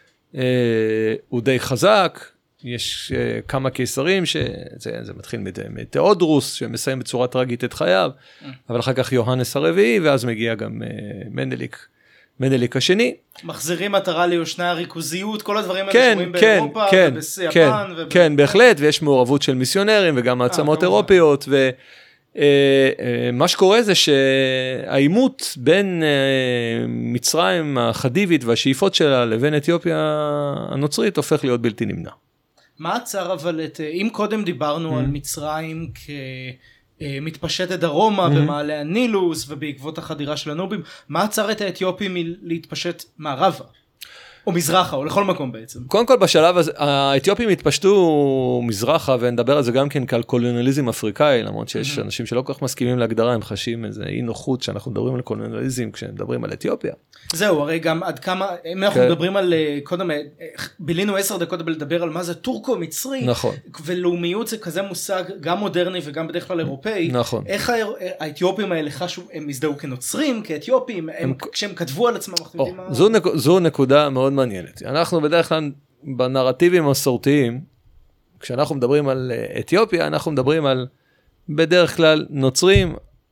הוא די חזק, יש כמה קיסרים, זה מתחיל מתיאודרוס, שמסיים בצורה טרגית את חייו, אבל אחר כך יוהנס הרביעי, ואז מגיע גם מנליק השני. מחזירים מטרה ליושני הריכוזיות, כל הדברים האלה שרואים באירופה, וביפן. כן, בהחלט, ויש מעורבות של מיסיונרים, וגם מעצמות אירופיות, ומה שקורה זה שהאימות בין מצרים החדיבית והשאיפות שלה, לבין אתיופיה הנוצרית, הופך להיות בלתי נמנע. מה עצר אבל אם קודם דיברנו על מצרים כמתפשטת דרומה במעלה הנילוס ובעקבות החדירה של הנובים, מה עצר את האתיופים מלהתפשט מערבה? או מזרחה, או לכל מקום בעצם. קודם כל בשלב הזה, האתיופים התפשטו מזרחה, ונדבר על זה גם כן כעל קולוניאליזם אפריקאי, למרות שיש אנשים שלא כל כך מסכימים להגדרה, הם חשים איזה אי נוחות שאנחנו מדברים על קולוניאליזם כשהם מדברים על אתיופיה. זהו, הרי גם עד כמה, אם אנחנו מדברים על, קודם, בילינו 10 דקות לדבר על מה זה טורקו-מצרי, נכון. ולאומיות זה כזה מושג גם מודרני וגם בדרך כלל אירופאי. נכון. איך האתיופים האלה חשו, הם הזדהו כנוצרים, כאתיופים, כשהם כתבו על עצמם, זו נקודה מאוד מעניינת. אנחנו בדרך כלל בנרטיבים המסורתיים, כשאנחנו מדברים על אתיופיה, אנחנו מדברים על בדרך כלל נוצרים,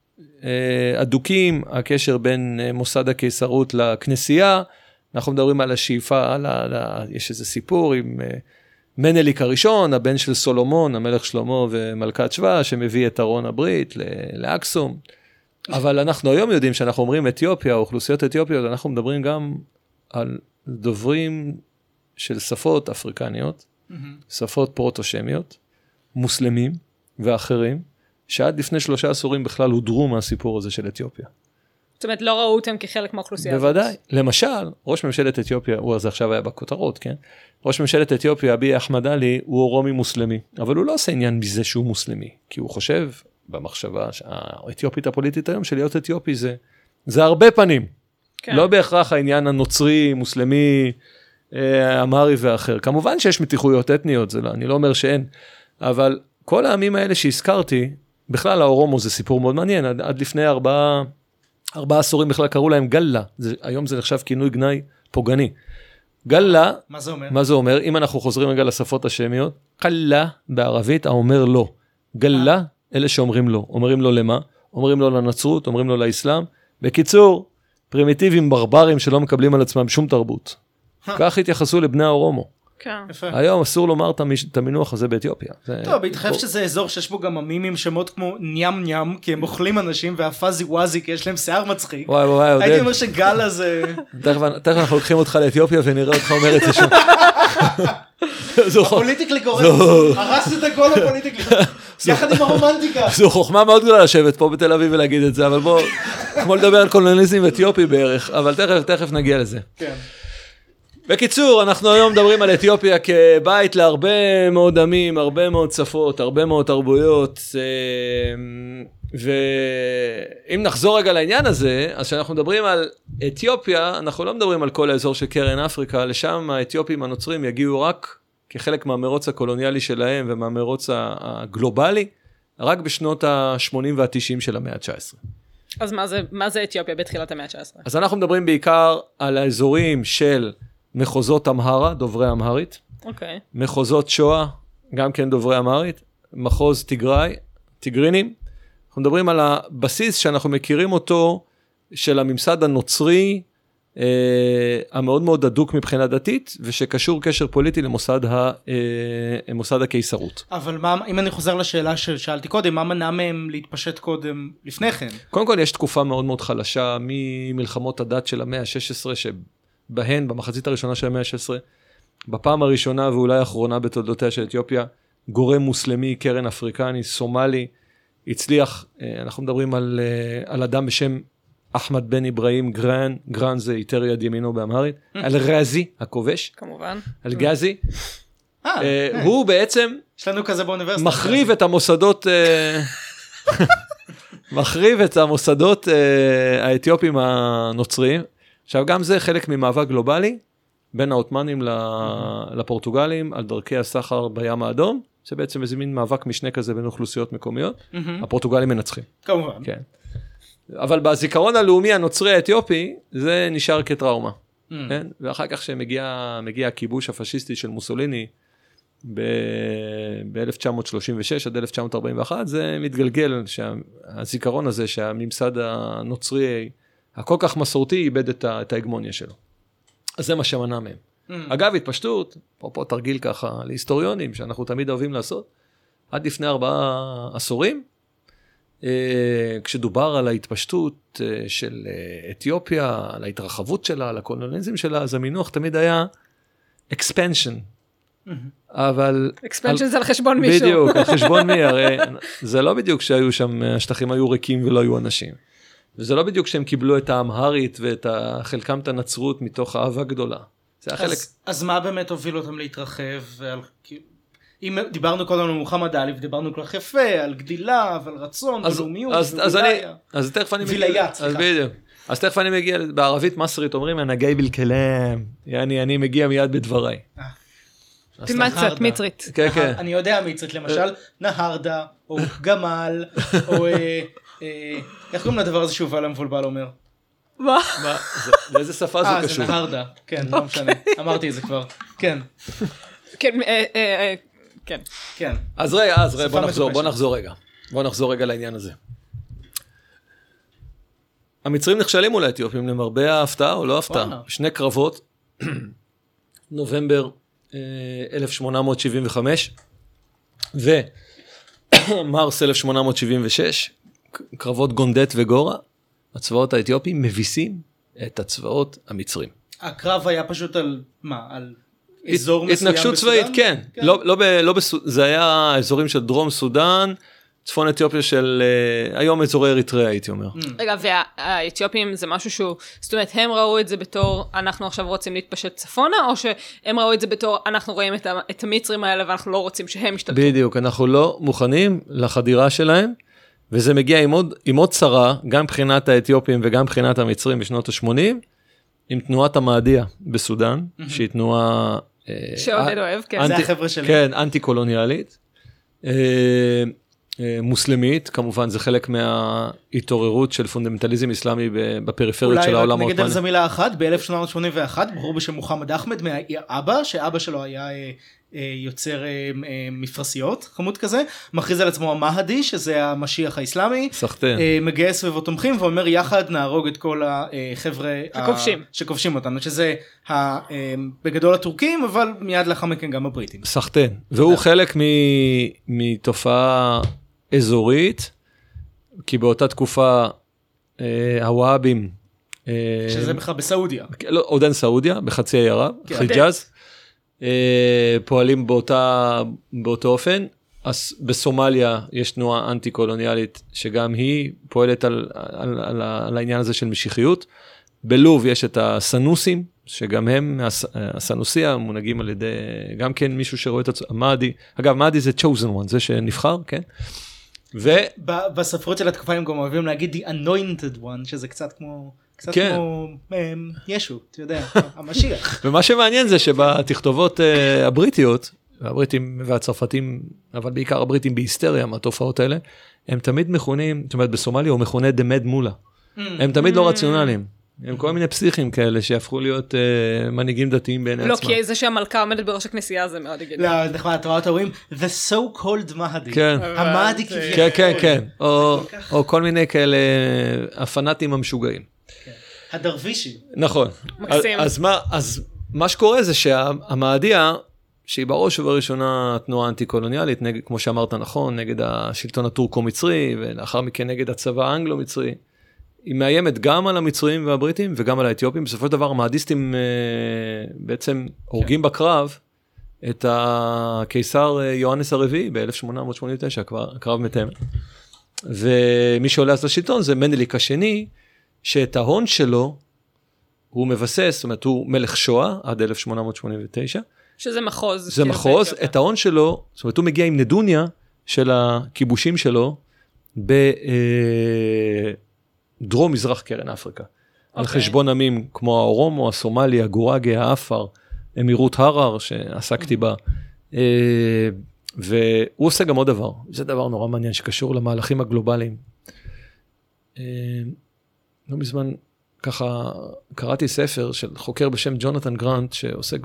אדוקים, הקשר בין מוסד הקיסרות לכנסייה, אנחנו מדברים על השאיפה, יש איזה סיפור עם מנליק הראשון, הבן של סולומון, המלך שלמה ומלכת שבא, שמביא את ארון הברית לאקסום, אבל אנחנו היום יודעים שאנחנו אומרים אתיופיה, אוכלוסיות אתיופיות, אנחנו מדברים גם על דוברים של שפות אפריקניות, שפות פרוטושמיות, מוסלמים ואחרים, שעד לפני 3 עשורים בכלל הודרו מהסיפור הזה של אתיופיה. זאת אומרת, לא ראו אותם כחלק מהאוכלוסייה הזאת. בוודאי. למשל, ראש ממשלת אתיופיה, הוא אז עכשיו היה בכותרות, כן? ראש ממשלת אתיופיה, אביי אחמד עלי, הוא רומי מוסלמי, אבל הוא לא עושה עניין מזה שהוא מוסלמי, כי הוא חושב במחשבה האתיופית הפוליטית היום, שלהיות אתיופי זה הרבה פנים. כן. לא בהכרח העניין הנוצרי, מוסלמי, אמרי ואחר. כמובן שיש מתיחויות אתניות, אני לא אומר שאין, אבל כל העמים האלה שהזכרתי, בכלל האורומו זה סיפור מאוד מעניין, עד לפני 4 עשורים בכלל קראו להם גלה, היום זה נחשב כינוי גנאי פוגעני. גלה, מה זה אומר? מה זה אומר? אם אנחנו חוזרים רגע לשפות השמיות, קלה בערבית, האומר לא. גלה, אלה שאומרים לא. אומרים לו למה? אומרים לו לנצרות, אומרים לו לאסלאם. בקיצור, פרימיטיבים ברברים שלא מקבלים על עצמם שום תרבות. כך התייחסו לבני האורומו. כן. היום אסור לומר את המינוח הזה באתיופיה. טוב, בהתחייב שזה אזור שיש בו גם עמים עם שמות כמו ניאם ניאם, כי הם אוכלים אנשים, והפאזי וואזי, כי יש להם שיער מצחיק. וואי, עודד. הייתי אומר שגל הזה... תכף אנחנו לוקחים אותך לאתיופיה ונראה אותך אומר את זה שם. הפוליטיקלי קורקט, הרסת את הכל הפוליטיקלי, יחד עם הרומנטיקה. זו חוכמה מאוד גדולה לשבת פה בתל אביב ולהגיד את זה, אבל בוא, כמו לדבר על קולוניאליזם אתיופי בערך, אבל תכף נגיע לזה. כן. בקיצור, אנחנו היום מדברים על אתיופיה כבית להרבה מאוד עמים, הרבה מאוד שפות, הרבה מאוד תרבויות, ואם נחזור רגע לעניין הזה, אז כשאנחנו מדברים על אתיופיה, אנחנו לא מדברים על כל האזור של קרן אפריקה, לשם האתיופים הנוצרים יגיעו רק כחלק מהמרוץ הקולוניאלי שלהם ומהמרוץ הגלובלי, רק בשנות ה-80 וה-90 של המאה ה-19. אז מה זה אתיופיה בתחילת המאה ה-19? אז אנחנו מדברים בעיקר על האזורים של מחוזות אמהרה, דוברי אמהרית, מחוזות שואה, גם כן דוברי אמהרית, מחוז תיגראי, תיגרינים. אנחנו מדברים על הבסיס שאנחנו מכירים אותו, של הממסד הנוצרי, המאוד מאוד הדוק מבחינה דתית, ושקשור קשר פוליטי למוסד הקיסרות. אבל מה, אם אני חוזר לשאלה ששאלתי קודם, מה מנע מהם להתפשט קודם לפני כן? קודם כל יש תקופה מאוד מאוד חלשה, ממלחמות הדת של המאה ה-16, בהן, במחצית הראשונה של המאה ה-16, בפעם הראשונה ואולי האחרונה בתולדותיה של אתיופיה, גורם מוסלמי, קרן אפריקני, סומלי, הצליח, אנחנו מדברים על אדם בשם אחמד בן אברהים גרן, גרן זה איתר יד ימינו באמהרית, על רזי, הכובש, כמובן, על גזי, הוא בעצם, יש לנו כזה באוניברסיטה, מחריב את המוסדות האתיופים הנוצריים, עכשיו גם זה חלק ממאבק גלובלי, בין העות'מאנים לפורטוגלים, על דרכי הסחר בים האדום, שבעצם איזה מין מאבק משנה כזה בין אוכלוסיות מקומיות, הפורטוגלים מנצחים. כמובן. כן. אבל בזיכרון הלאומי הנוצרי האתיופי, זה נשאר כטראומה. כן? ואחר כך שמגיע הכיבוש הפשיסטי של מוסוליני, ב-1936 עד 1941, זה מתגלגל, הזיכרון הזה שהממסד הנוצרי הכל כך מסורתי איבד את ההגמוניה שלו. אז זה מה שמנע מהם. אגב, התפשטות, פה תרגיל ככה להיסטוריונים, שאנחנו תמיד אוהבים לעשות, עד לפני 4 עשורים, כשדובר על ההתפשטות של אתיופיה, על ההתרחבות שלה, על הקולוניאליזם שלה, אז המינוח תמיד היה expansion. אבל... expansion זה על חשבון מישהו. בדיוק, על חשבון מי, הרי זה לא בדיוק שהיו שם, השטחים היו ריקים ולא היו אנשים. וזה לא בדיוק שהם קיבלו את האמהרית ואת חלקם את הנצרות מתוך אהבה גדולה. זה החלק... אז מה באמת הוביל אותם להתרחב? אם דיברנו קודם על מוחמד עלי, דיברנו כל כך יפה, על גדילה, ועל רצון, ולאומיות, ווילאיה. אז תכף אני מגיע... וילאיה, סליחה. אז תכף אני מגיע, בערבית מסרית אומרים, הנגי בלכלם, אני מגיע מיד בדבריי. תלמד קצת, מצרית. כן, כן. אני יודע מצרית, למשל, נהרדה, או גמל, או... איך קוראים לדבר הזה שובל המבולבל אומר? מה? לאיזה שפה זה קשור? זה נהרדה, כן, לא משנה, אמרתי את זה כבר, כן. כן, כן. אז רגע, בוא נחזור רגע לעניין הזה. המצרים נכשלים מול האתיופים, למרבה ההפתעה או לא הפתעה. 2 קרבות, נובמבר 1875, ומרס 1876, קרבות גונדט וגורה, הצבאות האתיופיים מביסים את הצבאות המצרים. הקרב היה פשוט על מה? על אזור מסוים בסודן? התנגשות צבאית, כן. זה היה אזורים של דרום סודן, צפון אתיופיה של היום אזורי אריתריאה, הייתי אומר. רגע, והאתיופים זה משהו שהוא, זאת אומרת, הם ראו את זה בתור, אנחנו עכשיו רוצים להתפשט צפונה, או שהם ראו את זה בתור, אנחנו רואים את המצרים האלה, ואנחנו לא רוצים שהם ישתלטו? בדיוק, אנחנו לא מוכנים לחדירה שלהם, וזה מגיע עם עוד צרה, גם מבחינת האתיופים וגם מבחינת המצרים בשנות ה-80, עם תנועת המאדיה בסודן, שהיא תנועה... שעודד אוהב, כן. זה החבר'ה שלי. כן, אנטי-קולוניאלית. מוסלמית, כמובן זה חלק מההתעוררות של פונדמנטליזם איסלאמי בפריפריות של העולם העות'מאני. אולי רק נגיד על זה מילה אחת, ב-1881, בחור בשם מוחמד אחמד, מהאבא, שאבא שלו היה יוצר מפרסיות, חמוד כזה, מכריז על עצמו המהדי, שזה המשיח האסלאמי, מגייס סביבו תומכים, ואומר יחד נהרוג את כל החבר'ה שכובשים אותנו, שזה בגדול הטורקים, אבל מיד לאחר מכן גם הבריטים. סחטן, והוא חלק מתופעה אזורית, כי באותה תקופה הוואבים, שזה בכלל בסעודיה. לא, עוד אין סעודיה, בחצי האי ערב, חיג'אז, פועלים באותו אופן. אז בסומליה יש תנועה אנטי-קולוניאלית, שגם היא פועלת על העניין הזה של משיחיות. בלוב יש את הסנוסים, שגם הם, הסנוסיה, מונהגים על ידי, גם כן מישהו שרואה את המאדי. אגב, מאדי זה chosen one, זה שנבחר, כן? בספרות של התקופה הם גם אוהבים להגיד the anointed one, שזה קצת כמו ישו, אתה יודע, המשיח. ומה שמעניין זה שבתכתובות הבריטיות, והבריטים והצרפתים, אבל בעיקר הבריטים בהיסטריה מהתופעות האלה, הם תמיד מכונים, זאת אומרת בסומליה הוא מכונה דמד מולה. הם תמיד לא רציונליים. הם כל מיני פסיכים כאלה שהפכו להיות מנהיגים דתיים בעיני עצמם. לא, כי זה שהמלכה עומדת בראש הכנסייה זה מאוד הגיוני. לא, נחמד, אתה רואה, אתה רואים, the so called מהדי. כן. המהדי כביכול. כן, כן, כן. או כל מיני כאלה הפנאטים המשוגעים. הדרווישים. נכון. מקסים. אז מה שקורה זה שהמהדיה, שהיא בראש ובראשונה תנועה אנטי-קולוניאלית, כמו שאמרת נכון, נגד השלטון הטורקו-מצרי, ולאחר מכן נגד הצבא האנגלו-מצרי, היא מאיימת גם על המצרים והבריטים וגם על האתיופים. בסופו של דבר המהדיסטים בעצם הורגים בקרב את הקיסר יוהנס הרביעי ב-1889, קרב מתאם. ומי שעולה אז לשלטון זה מנדליק השני, שאת ההון שלו הוא מבסס, זאת אומרת הוא מלך שואה עד 1889. שזה מחוז. זה מחוז, את ההון שלו, זאת אומרת הוא מגיע עם נדוניה של הכיבושים שלו דרום מזרח קרן אפריקה, על חשבון עמים כמו האורומו, הסומלי, הגורגה, האפר, אמירות הרר שעסקתי בה, והוא עושה גם עוד דבר, זה דבר נורא מעניין שקשור למהלכים הגלובליים. לא מזמן ככה קראתי ספר של חוקר בשם ג'ונתן גרנט, שעוסק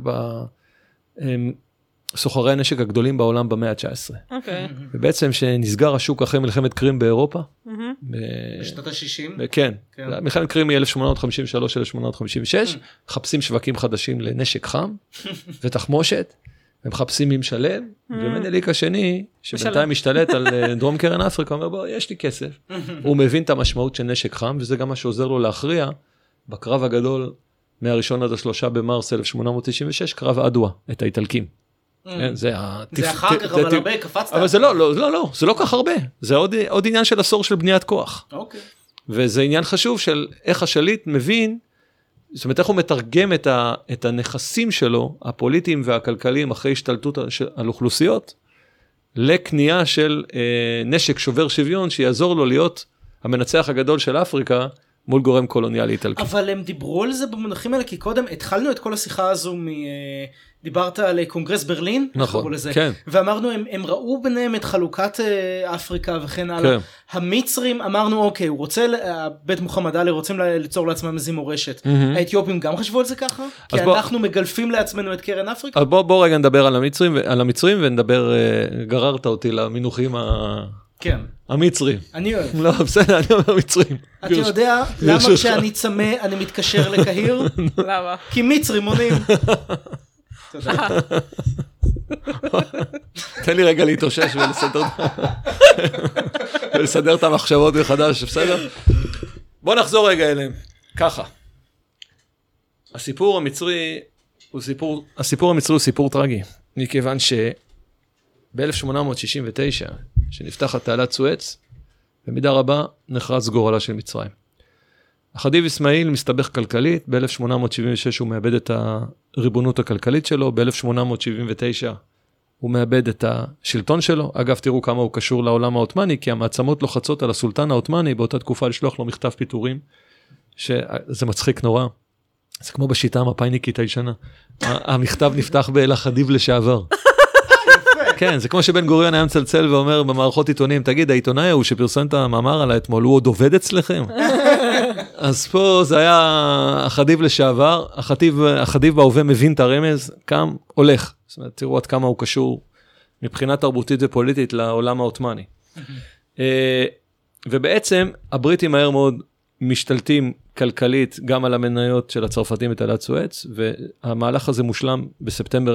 בסוחרי הנשק הגדולים בעולם במאה ה-19. אוקיי. ובעצם שנסגר השוק אחרי מלחמת קרים באירופה. בשנות ה-60? כן. מלחמת קרים מ-1853-1856, מחפשים שווקים חדשים לנשק חם ותחמושת, ומחפשים ממשלם, ומנדליק השני, שבינתיים משתלט על דרום קרן אפריקה, אומר בוא, יש לי כסף. הוא מבין את המשמעות של נשק חם, וזה גם מה שעוזר לו להכריע בקרב הגדול מהראשון עד 3 במרס 1896, קרב אדווה, את האיטלקים. זה אחר כך, אבל הרבה קפצת. אבל זה לא, זה לא כך הרבה. זה עוד עניין של עשור של בניית כוח. וזה עניין חשוב של איך השליט מבין, זאת אומרת איך הוא מתרגם את הנכסים שלו, הפוליטיים והכלכליים, אחרי השתלטות על אוכלוסיות, לקנייה של נשק שובר שוויון, שיעזור לו להיות המנצח הגדול של אפריקה, מול גורם קולוניאלי איטלקי. אבל הם דיברו על זה במונחים האלה, כי קודם התחלנו את כל השיחה הזו דיברת על קונגרס ברלין, נכון, כן. ואמרנו, הם ראו ביניהם את חלוקת אפריקה וכן הלאה. כן. המצרים, אמרנו, אוקיי, הוא רוצה, בית מוחמד עלי רוצים ליצור לעצמם איזו מורשת. האתיופים גם חשבו על זה ככה? כי אנחנו מגלפים לעצמנו את קרן אפריקה? אז בוא רגע נדבר על המצרים, ונדבר, גררת אותי למינוחים כן. המצרים. אני אוהב. לא, בסדר, אני אומר מצרים. אתה יודע למה כשאני צמא אני מתקשר לקהיר? למה? כי מצרים עונים. תודה. תן לי רגע להתאושש ולסדר את המחשבות מחדש, בסדר? בוא נחזור רגע אליהם. ככה. הסיפור המצרי הוא סיפור טרגי, מכיוון ב-1869, שנפתחת תעלת סואץ, במידה רבה נחרץ גורלה של מצרים. החדיב אסמאעיל מסתבך כלכלית, ב-1876 הוא מאבד את הריבונות הכלכלית שלו, ב-1879 הוא מאבד את השלטון שלו, אגב תראו כמה הוא קשור לעולם העות'מאני, כי המעצמות לוחצות על הסולטן העות'מאני, באותה תקופה לשלוח לו מכתב פיטורים, שזה מצחיק נורא, זה כמו בשיטה המפאיניקית הישנה, המכתב נפתח באל החדיב לשעבר. כן, זה כמו שבן גוריון היה מצלצל ואומר במערכות עיתונים, תגיד, העיתונאי הוא שפרסם את המאמר עליי אתמול, הוא עוד עובד אצלכם? אז פה זה היה החדיב לשעבר, החדיב בהווה מבין את הרמז, קם, הולך. זאת אומרת, תראו עד כמה הוא קשור מבחינה תרבותית ופוליטית לעולם העות'מאני. ובעצם הבריטים מהר מאוד משתלטים כלכלית גם על המניות של הצרפתים בתעלת סואץ, והמהלך הזה מושלם בספטמבר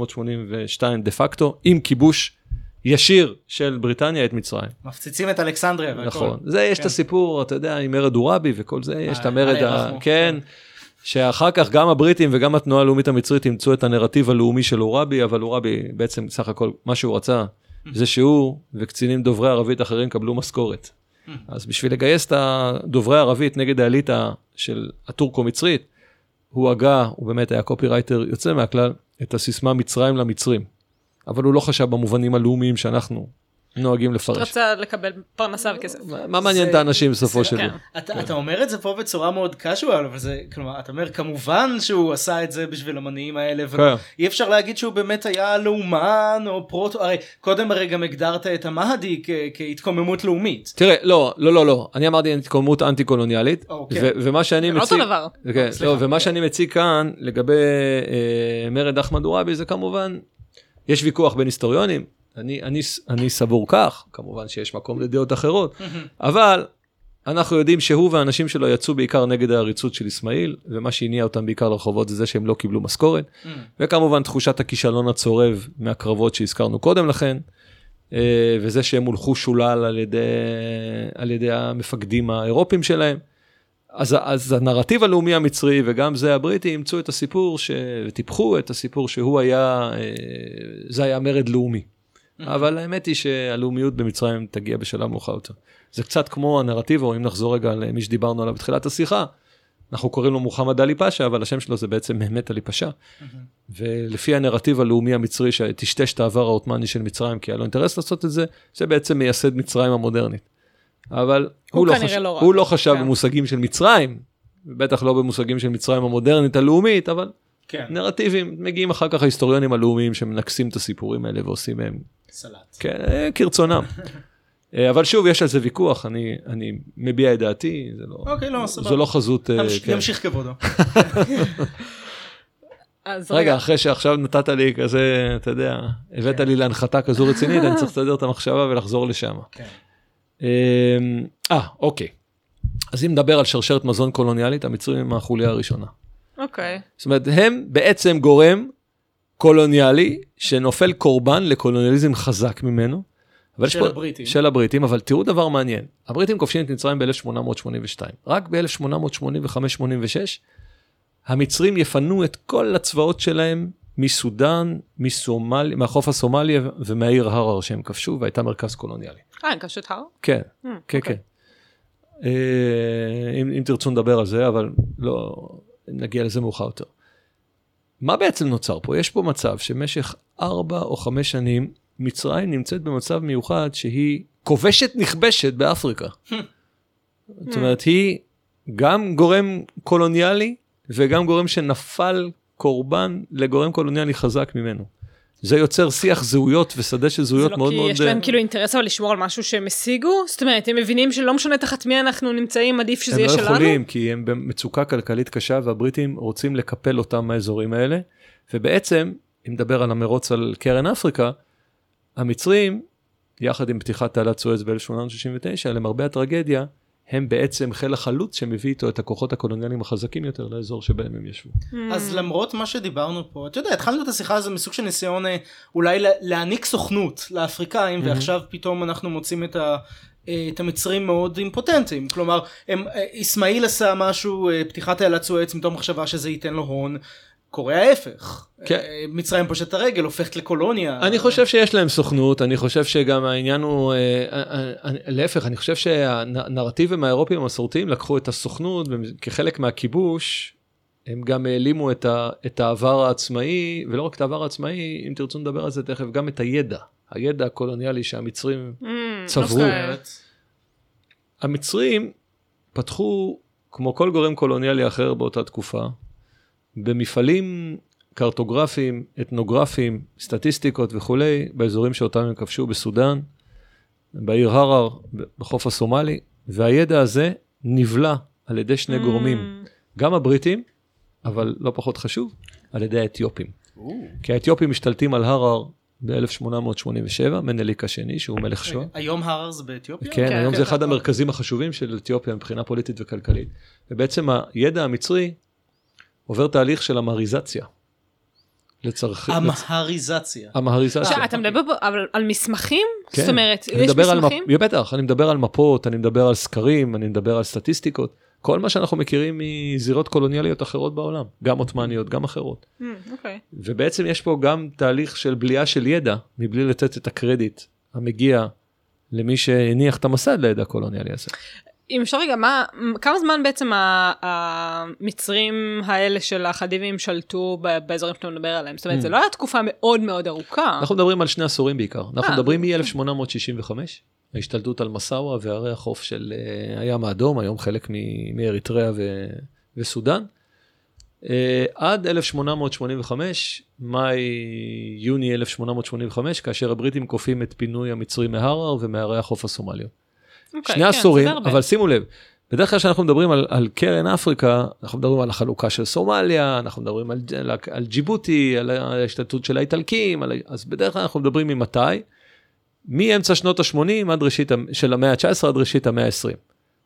1882 דה פקטו, עם כיבוש ישיר של בריטניה את מצרים. מפציצים את אלכסנדריה. נכון. זה יש את הסיפור, אתה יודע, עם מרד עוראבי וכל זה, יש את המרד, כן, שאחר כך גם הבריטים וגם התנועה הלאומית המצרית ימצאו את הנרטיב הלאומי של עוראבי, אבל עוראבי בעצם סך הכל מה שהוא רצה, זה שהוא וקצינים דוברי ערבית אחרים קבלו משכורת. אז בשביל לגייס את הדוברי הערבית נגד האליטה של הטורקו-מצרית, הוא הגה, הוא באמת היה קופירייטר יוצא מהכלל, את הסיסמה מצרים למצרים. אבל הוא לא חשב במובנים הלאומיים שאנחנו נוהגים לפרש. רצה לקבל פרנסה וכסף. מה מעניין את האנשים בסופו של דבר? אתה אומר את זה פה בצורה מאוד קאזואל, אבל זה, כלומר, אתה אומר, כמובן שהוא עשה את זה בשביל המניעים האלה, ואי אפשר להגיד שהוא באמת היה לאומן או פרוטו, הרי קודם הרי גם הגדרת את המהדי כהתקוממות לאומית. תראה, לא, אני אמרתי התקוממות אנטי-קולוניאלית, ומה שאני מציג, ומה שאני מציג כאן לגבי מרד אחמד עוראבי, זה כמובן, יש ויכוח בין היסטוריונים, אני סבור כך, כמובן שיש מקום לדעות אחרות, אבל אנחנו יודעים שהוא והאנשים שלו יצאו בעיקר נגד העריצות של אסמאעיל, ומה שהניע אותם בעיקר לרחובות זה שהם לא קיבלו משכורת, וכמובן תחושת הכישלון הצורב מהקרבות שהזכרנו קודם לכן, וזה שהם הולכו שולל על ידי המפקדים האירופים שלהם, אז הנרטיב הלאומי המצרי וגם זה הבריטי ימצאו את הסיפור, וטיפחו את הסיפור שהוא היה, זה היה מרד לאומי. אבל האמת היא שהלאומיות במצרים תגיע בשלב מאוחר יותר. זה קצת כמו הנרטיב, או אם נחזור רגע למי שדיברנו עליו בתחילת השיחה, אנחנו קוראים לו מוחמד עלי פאשה, אבל השם שלו זה בעצם מehmet עלי פאשה. ולפי הנרטיב הלאומי המצרי, שתשתש את העבר העות'מאני של מצרים, כי היה לו אינטרס לעשות את זה, זה בעצם מייסד מצרים המודרנית. אבל הוא לא חשב במושגים של מצרים, בטח לא במושגים של מצרים המודרנית הלאומית, אבל נרטיבים, מגיעים אחר כך ההיסטוריונים הלאומיים שמנקסים את הסיפורים האלה ועושים מהם סלט. כן, כרצונם. אבל שוב, יש על זה ויכוח, אני מביע את דעתי, זה לא חזות. ימשיך כבודו. רגע, אחרי שעכשיו נתת לי כזה, אתה יודע, הבאת לי להנחתה כזו רצינית, אני צריך לסדר את המחשבה ולחזור לשם. אוקיי. אז אם נדבר על שרשרת מזון קולוניאלית, המצרים הם החוליה הראשונה. אוקיי. זאת אומרת, הם בעצם גורם קולוניאלי, שנופל קורבן לקולוניאליזם חזק ממנו. של הבריטים. של הבריטים, אבל תראו דבר מעניין. הבריטים כובשים את מצרים ב-1882. רק ב-1885-86, המצרים יפנו את כל הצבאות שלהם מסודן, מהחוף הסומלי ומהעיר הרר שהם כבשו, והייתה מרכז קולוניאלי. הם כבשו את הרר? כן, כן, כן. אם תרצו נדבר על זה, אבל לא, נגיע לזה מאוחר יותר. מה בעצם נוצר פה? יש פה מצב שמשך 4 או 5 שנים, מצרים נמצאת במצב מיוחד שהיא כובשת נכבשת באפריקה. זאת אומרת, היא גם גורם קולוניאלי, וגם גורם שנפל קורבן לגורם קולוניאלי חזק ממנו. זה יוצר שיח זהויות ושדה של זהויות מאוד מאוד... זה לא כי יש להם כאילו אינטרס אבל לשמור על משהו שהם השיגו? זאת אומרת, הם מבינים שלא משנה תחת מי אנחנו נמצאים, עדיף שזה יהיה שלנו? הם לא יכולים, כי הם במצוקה כלכלית קשה, והבריטים רוצים לקפל אותם מהאזורים האלה, ובעצם, אם נדבר על המרוץ על קרן אפריקה, המצרים, יחד עם פתיחת תעלת סואץ ב-1869, למרבה הטרגדיה, הם בעצם חיל החלוץ שמביא איתו את הכוחות הקולוניאליים החזקים יותר לאזור שבהם הם ישבו. אז למרות מה שדיברנו פה, אתה יודע, התחלנו את השיחה הזו מסוג של ניסיון אולי להעניק סוכנות לאפריקאים, ועכשיו פתאום אנחנו מוצאים את המצרים מאוד אימפוטנטים. כלומר, אסמאעיל עשה משהו, פתיחת תעלת סואץ, מתוך מחשבה שזה ייתן לו הון, קורה ההפך. מצרים פושט את הרגל, הופכת לקולוניה. אני חושב שיש להם סוכנות, אני חושב שגם העניין הוא, להפך, אני חושב שהנרטיבים האירופיים המסורתיים לקחו את הסוכנות, כחלק מהכיבוש, הם גם העלימו את העבר העצמאי, ולא רק את העבר העצמאי, אם תרצו נדבר על זה תכף, גם את הידע הקולוניאלי שהמצרים צברו. המצרים פתחו, כמו כל גורם קולוניאלי אחר באותה תקופה, במפעלים קרטוגרפיים, אתנוגרפיים, סטטיסטיקות וכו', באזורים שאותם הם כבשו בסודן, בעיר הרר, בחוף הסומלי, והידע הזה נבלע על ידי שני גורמים, גם הבריטים, אבל לא פחות חשוב, על ידי האתיופים. כי האתיופים משתלטים על הרר ב-1887, מנליק השני, שהוא מלך שואה. היום הרר זה באתיופיה? כן, היום זה אחד המרכזים החשובים של אתיופיה מבחינה פוליטית וכלכלית. ובעצם הידע המצרי עובר תהליך של אמהריזציה. אמהריזציה. אמהריזציה. אתה מדבר על מסמכים? זאת אומרת, יש מסמכים? בטח, אני מדבר על מפות, אני מדבר על סקרים, אני מדבר על סטטיסטיקות. כל מה שאנחנו מכירים מזירות קולוניאליות אחרות בעולם, גם עות'מאניות, גם אחרות. ובעצם יש פה גם תהליך של בליעה של ידע, מבלי לתת את הקרדיט המגיע למי שהניח את המסד לידע הקולוניאלי הזה. אם אפשר רגע, כמה זמן בעצם המצרים האלה של החדיבים שלטו באזורים שאתה מדבר עליהם? זאת אומרת, זה לא היה תקופה מאוד מאוד ארוכה. אנחנו מדברים על 2 עשורים בעיקר. אנחנו מדברים מ-1865, ההשתלטות על מסאווה וערי החוף של הים האדום, היום חלק מאריתריאה וסודן. עד 1885, יוני 1885, כאשר הבריטים קופים את פינוי המצרים מהרר ומערי החוף הסומליות. 2 עשורים, אבל שימו לב, בדרך כלל כשאנחנו מדברים על קרן אפריקה, אנחנו מדברים על החלוקה של סומליה, אנחנו מדברים על ג'יבוטי, על ההשתלטות של האיטלקים, אז בדרך כלל אנחנו מדברים ממתי, מאמצע שנות ה-80 של המאה ה-19 עד ראשית המאה ה-20.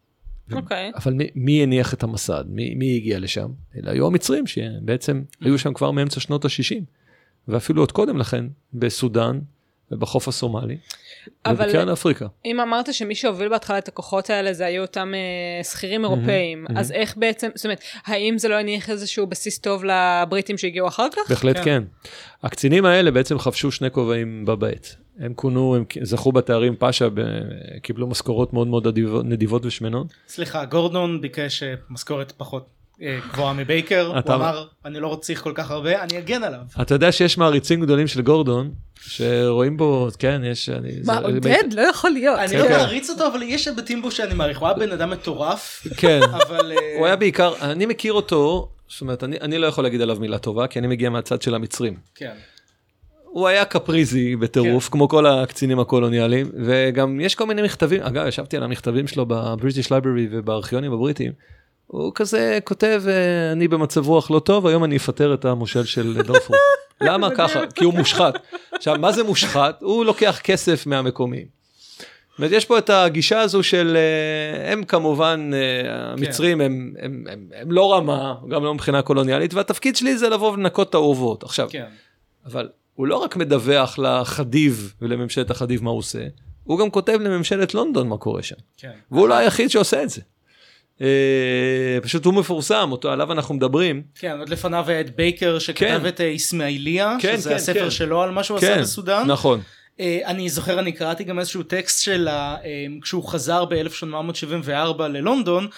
אבל מי הניח את המסד? מי הגיע לשם? אלה היו המצרים שבעצם היו שם כבר מאמצע שנות ה-60, ואפילו עוד קודם לכן בסודן ובחוף הסומלי. ובקרן אפריקה. אם אמרת שמי שהוביל בהתחלה את הכוחות האלה, זה היו אותם שכירים אירופאים, אז איך בעצם, זאת אומרת, האם זה לא הניח איזשהו בסיס טוב לבריטים שהגיעו אחר כך? בהחלט כן. הקצינים האלה בעצם חפשו 2 כובעים בבית. הם זכו בתארים פאשה, קיבלו משכורות מאוד מאוד נדיבות ושמנות. סליחה, גורדון ביקש משכורת פחות גבוהה מבייקר, הוא אמר, אני לא צריך כל כך הרבה, אני אגן עליו. אתה יודע שיש מעריצים גדולים של גורדון, שרואים בו, כן, יש... מה, עודד? לא יכול להיות. אני לא מעריץ אותו, אבל יש היבטים בו שאני מעריך, הוא היה בן אדם מטורף. כן, הוא היה בעיקר, אני מכיר אותו, זאת אומרת, אני לא יכול להגיד עליו מילה טובה, כי אני מגיע מהצד של המצרים. כן. הוא היה קפריזי בטירוף, כמו כל הקצינים הקולוניאליים, וגם יש כל מיני מכתבים, אגב, ישבתי על המכתבים שלו בבריטיש לייברי ובארכיונים הבריטיים, הוא כזה כותב, אני במצב רוח לא טוב, היום אני אפטר את המושל של דארפור. למה ככה? כי הוא מושחת. עכשיו, מה זה מושחת? הוא לוקח כסף מהמקומיים. זאת אומרת, יש פה את הגישה הזו של, הם כמובן, המצרים, הם לא רמה, גם לא מבחינה קולוניאלית, והתפקיד שלי זה לבוא ולנקות את האורוות. עכשיו, אבל הוא לא רק מדווח לחדיב ולממשלת החדיב מה הוא עושה, הוא גם כותב לממשלת לונדון מה קורה שם. והוא לא היחיד שעושה את זה. פשוט הוא מפורסם, אותו עליו אנחנו מדברים. כן, עוד לפניו את בייקר שכתב את איסמאעיליה, שזה הספר שלו על מה שהוא עשה בסודן. נכון. אני זוכר, אני קראתי גם איזשהו טקסט שלה, כשהוא חזר ב-1874 ללונדון,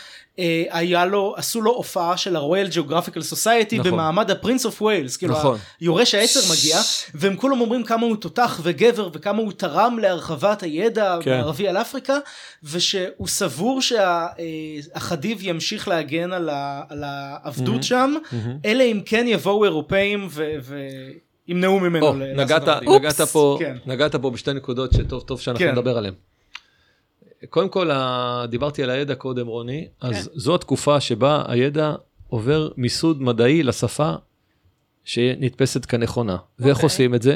עשו לו הופעה של ה-Royal Geographical Society במעמד ה-Prince of Wales, כאילו היורש העצר מגיע, והם כולם אומרים כמה הוא תותח וגבר, וכמה הוא תרם להרחבת הידע הערבי על אפריקה, ושהוא סבור שהחדיב ימשיך להגן על העבדות שם, אלא אם כן יבואו אירופאים ימנעו ממנו. נגעת פה בשתי נקודות שטוב טוב שאנחנו נדבר עליהן. קודם כל, דיברתי על הידע קודם, רוני, אז זו התקופה שבה הידע עובר מיסוד מדעי לשפה שנתפסת כנכונה. ואיך עושים את זה?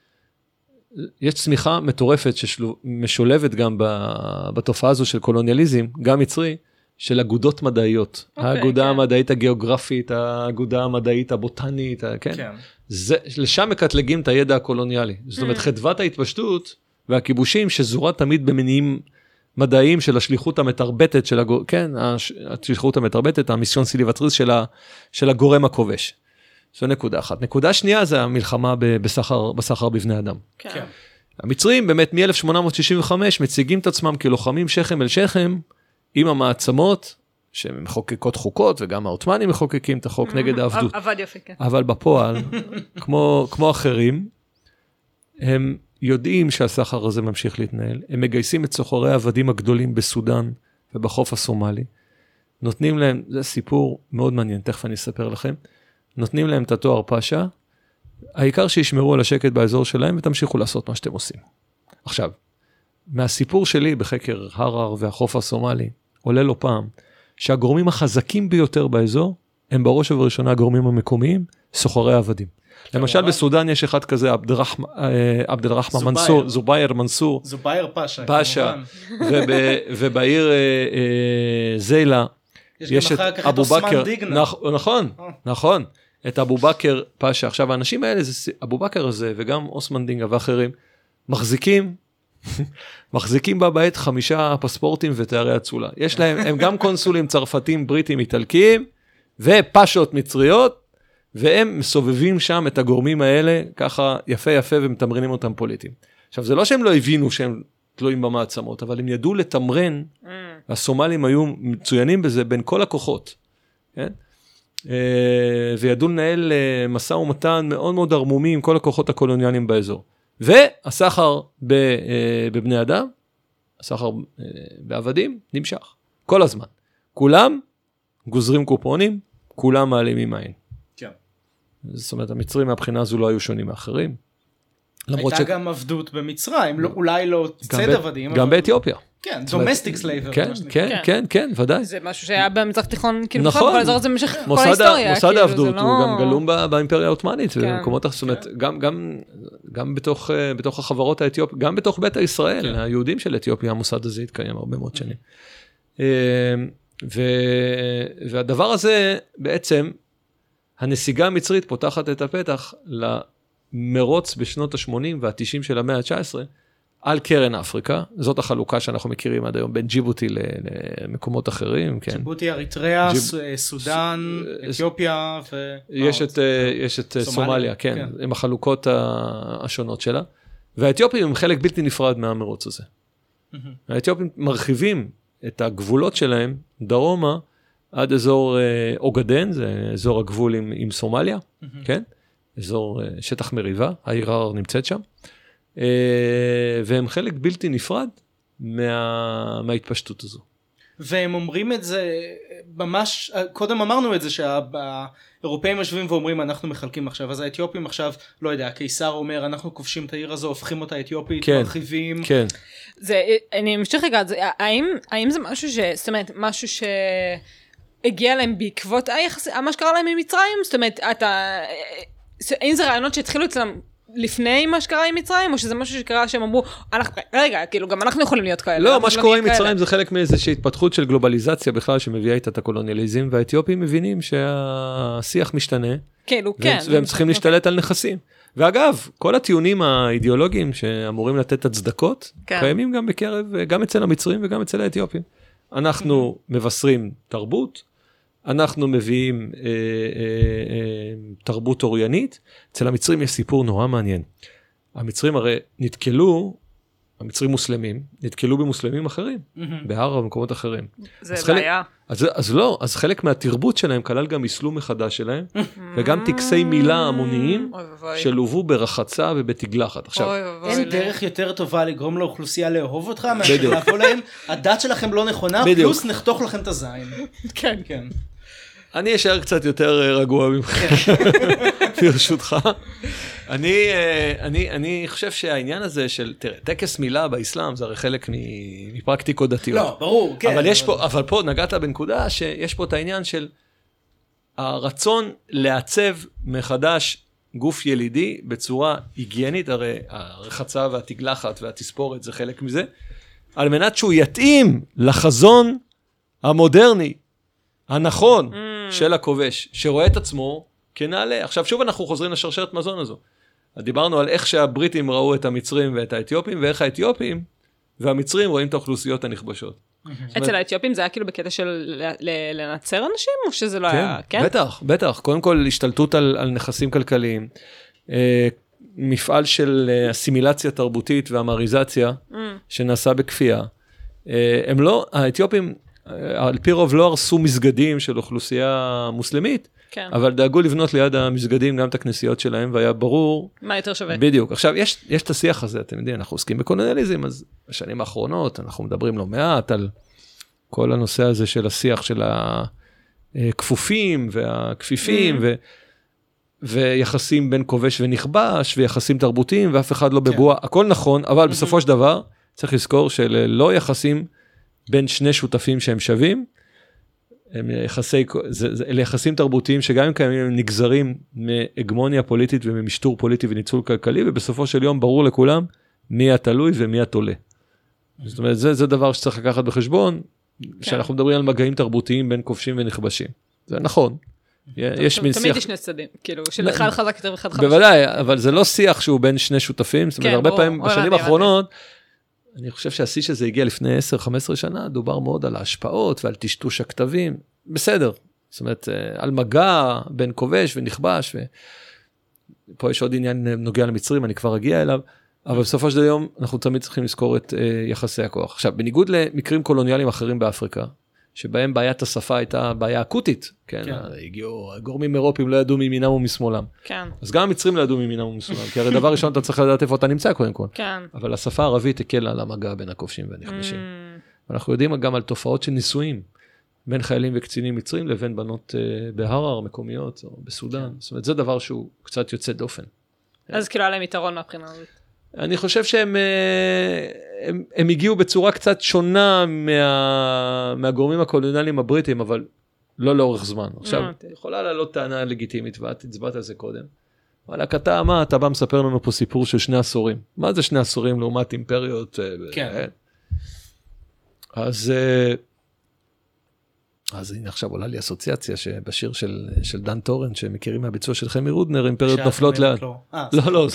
יש צמיחה מטורפת שמשולבת גם בתופעה הזו של קולוניאליזם, גם מצרי, של אגודות מדעיות. האגודה המדעית הגיאוגרפית, האגודה המדעית הבוטנית, כן? לשם מקטלגים את הידע הקולוניאלי. זאת אומרת, חדוות ההתפשטות והכיבושים שזורה תמיד במניעים מדעיים של השליחות המתרבטת של השליחות המתרבטת, המיסיון סיליבטריז של הגורם הכובש. זו נקודה אחת. נקודה שנייה זה המלחמה בסחר בבני אדם. כן. המצרים באמת מ-1865 מציגים את עצמם כלוחמים שכם אל שכם עם המעצמות שמחוקקות חוקות, וגם העות'מאנים מחוקקים את החוק נגד העבדות. עבד יופי, כן. אבל בפועל, כמו אחרים, הם יודעים שהסחר הזה ממשיך להתנהל, הם מגייסים את סוחרי העבדים הגדולים בסודן ובחוף הסומלי, נותנים להם, זה סיפור מאוד מעניין, תכף אני אספר לכם, נותנים להם את התואר פאשה, העיקר שישמרו על השקט באזור שלהם ותמשיכו לעשות מה שאתם עושים. עכשיו, מהסיפור שלי בחקר הרר והחוף הסומלי, עולה לו פעם, שהגורמים החזקים ביותר באזור, הם בראש ובראשונה הגורמים המקומיים, סוחרי עבדים. למשל בסודן יש אחד כזה, עבד אל-רחמן מנסור, זובייר מנסור. זובייר פאשה. פאשה. ובעיר זיילה, יש את אבו בכר. נכון, נכון. את אבו בכר פאשה. עכשיו האנשים האלה, אבו בכר הזה וגם אוסמן דינגה ואחרים, מחזיקים בבית 5 פספורטים ותארי אצולה. יש להם, הם גם קונסולים צרפתים, בריטים, איטלקיים, ופאשות מצריות, והם מסובבים שם את הגורמים האלה, ככה יפה יפה, ומתמרנים אותם פוליטיים. עכשיו, זה לא שהם לא הבינו שהם תלויים במעצמות, אבל הם ידעו לתמרן, הסומלים היו מצוינים בזה בין כל הכוחות, כן? וידעו לנהל מסע ומתן מאוד מאוד ערמומי עם כל הכוחות הקולוניאליים באזור. והסחר בבני אדם, הסחר בעבדים, נמשך. כל הזמן. כולם גוזרים קופונים, כולם מעלימים עין. כן. זאת אומרת, המצרים מהבחינה הזו לא היו שונים מאחרים. הייתה גם עבדות במצרים, אולי לא צד עבדים. גם באתיופיה. כן, דומסטיק סלייבר. כן, ודאי. זה משהו שהיה במזרח תיכון, כאילו, נכון. כל האזור הזה במשך כל ההיסטוריה. מוסד העבדות הוא גם גלום באימפריה העות'מאנית, ובמקומות, זאת אומרת, גם בתוך החברות האתיופיות, גם בתוך בית ישראל, היהודים של אתיופיה, המוסד הזה התקיים הרבה מאוד שנים. והדבר הזה, בעצם, הנסיגה המצרית פותחת את הפתח למרוץ בשנות ה-80 וה-90 של המאה ה-19, על קרן אפריקה, זאת החלוקה שאנחנו מכירים עד היום, בין ג'יבוטי למקומות אחרים. ג'יבוטי, אריתריאה, סודן, אתיופיה, יש את סומליה, כן, עם החלוקות השונות שלה, והאתיופים הם חלק בלתי נפרד מהמרוץ הזה. האתיופים מרחיבים את הגבולות שלהם דרומה, עד אזור אוגדן, זה אזור הגבול עם סומליה, כן? אזור שטח מריבה, העיר הרר נמצאת שם, והם חלק בלתי נפרד מההתפשטות הזו. והם אומרים את זה, ממש, קודם אמרנו את זה שהאירופאים יושבים ואומרים אנחנו מחלקים עכשיו, אז האתיופים עכשיו, לא יודע, הקיסר אומר אנחנו כובשים את העיר הזו, הופכים אותה אתיופית, מרחיבים. כן. אני ממשיך רגע, האם זה משהו זאת אומרת, משהו שהגיע להם בעקבות מה שקרה להם ממצרים? זאת אומרת, האם זה רעיונות שהתחילו אצלם לפני מה שקרה עם מצרים, או שזה משהו שקרה שהם אמרו, רגע, כאילו גם אנחנו יכולים להיות כאלה. לא, מה שקורה עם מצרים זה חלק מאיזושהי התפתחות של גלובליזציה בכלל, שמביאה איתה את הקולוניאליזם, והאתיופים מבינים שהשיח משתנה, והם צריכים להשתלט על נכסים. ואגב, כל הטיעונים האידיאולוגיים שאמורים לתת הצדקות, קיימים גם בקרב, גם אצל המצרים וגם אצל האתיופים. אנחנו מבשרים תרבות, אנחנו מביאים תרבות אוריינית, אצל המצרים יש סיפור נורא מעניין. המצרים הרי המצרים מוסלמים, נתקלו במוסלמים אחרים, בהר ובמקומות אחרים. זה בעיה. אז חלק מהתרבות שלהם כלל גם אסלום מחדש שלהם, וגם טקסי מילה המוניים, שלובו ברחצה ובתגלחת. אין דרך יותר טובה לגרום לאוכלוסייה לאהוב אותך, מאשר לבוא להם, הדת שלכם לא נכונה, פלוס נחתוך לכם את הזין. כן. כן. אני אשאר קצת יותר רגוע ממך, ברשותך. אני חושב שהעניין הזה של, תראה, טקס מילה באסלאם, זה הרי חלק מפרקטיקות דתיות. לא, ברור, כן. אבל פה נגעת בנקודה שיש פה את העניין של הרצון לעצב מחדש גוף ילידי בצורה היגיינית, הרי הרחצה והתגלחת והתספורת זה חלק מזה, על מנת שהוא יתאים לחזון המודרני, הנכון של הכובש, שרואה את עצמו כנעלה. עכשיו שוב אנחנו חוזרים לשרשרת מזון הזו. דיברנו על איך שהבריטים ראו את המצרים ואת האתיופים, ואיך האתיופים והמצרים רואים את האוכלוסיות הנכבשות. אצל האתיופים זה היה כאילו בקטע של לנצר אנשים, או שזה לא היה, כן? בטח. קודם כל השתלטות על נכסים כלכליים, מפעל של אסימילציה תרבותית ואמריזציה, שנעשה בכפייה. האתיופים, על פי רוב לא הרסו מסגדים של אוכלוסייה מוסלמית, אבל דאגו לבנות ליד המסגדים גם את הכנסיות שלהם, והיה ברור מה יותר שווה. בדיוק. עכשיו, יש את השיח הזה, אתם יודעים, אנחנו עוסקים בקולוניאליזם, אז בשנים האחרונות אנחנו מדברים לא מעט על כל הנושא הזה של השיח של הכפופים והכפיפים, ויחסים בין כובש ונכבש, ויחסים תרבותיים, ואף אחד לא בבועה, הכל נכון, אבל בסופו של דבר, צריך לזכור שלא יחסים בין שני שותפים שהם שווים, אלה יחסים תרבותיים שגם אם קיימים הם נגזרים מהגמוניה פוליטית וממשטור פוליטי וניצול כלכלי, ובסופו של יום ברור לכולם מי התלוי ומי התולה. זאת אומרת, זה דבר שצריך לקחת בחשבון, כשאנחנו מדברים על מגעים תרבותיים בין כובשים ונכבשים. זה נכון. תמיד יש שני צדדים, כאילו, של אחד חזק יותר ואחד חלש. בוודאי, אבל זה לא שיח שהוא בין שני שותפים, זאת אומרת, הרבה פעמים בשנים האחרונות, אני חושב שהשיא שזה הגיע לפני 10-15 שנה, דובר מאוד על ההשפעות ועל טשטוש הכתבים, בסדר, זאת אומרת, על מגע בין כובש ונכבש, ופה יש עוד עניין נוגע למצרים, אני כבר אגיע אליו, אבל בסופו של יום אנחנו תמיד צריכים לזכור את יחסי הכוח. עכשיו, בניגוד למקרים קולוניאליים אחרים באפריקה, שבהם בעיית השפה הייתה בעיה אקוטית, כן, הגיעו, גורמים אירופיים לא ידעו מימינם ומשמאלם. כן. אז גם המצרים לא ידעו מימינם ומשמאלם, כי הרי דבר ראשון אתה צריך לדעת איפה אתה נמצא קודם כל. כן. אבל השפה הערבית הקלה על המגע בין הכובשים והנכבשים. אנחנו יודעים גם על תופעות של נישואים, בין חיילים וקצינים מצרים לבין בנות בהרר, מקומיות, או בסודן. זאת אומרת, זה דבר שהוא קצת יוצא דופן. אז כאילו עליהם יתרון מהבחינה הזאת. אני חושב שהם הגיעו בצורה קצת שונה מהגורמים הקולוניאליים הבריטים, אבל לא לאורך זמן. עכשיו, יכולה לעלות טענה לגיטימית, ואת הצבעת על זה קודם. אבל אתה בא מספר לנו פה סיפור של 2 עשורים. מה זה 2 עשורים לעומת אימפריות? כן. אז הנה עכשיו עולה לי אסוציאציה שבשיר של דן טורן, שמכירים מהביצוע של חמי רודנר, אימפריות נופלות לאט. לא,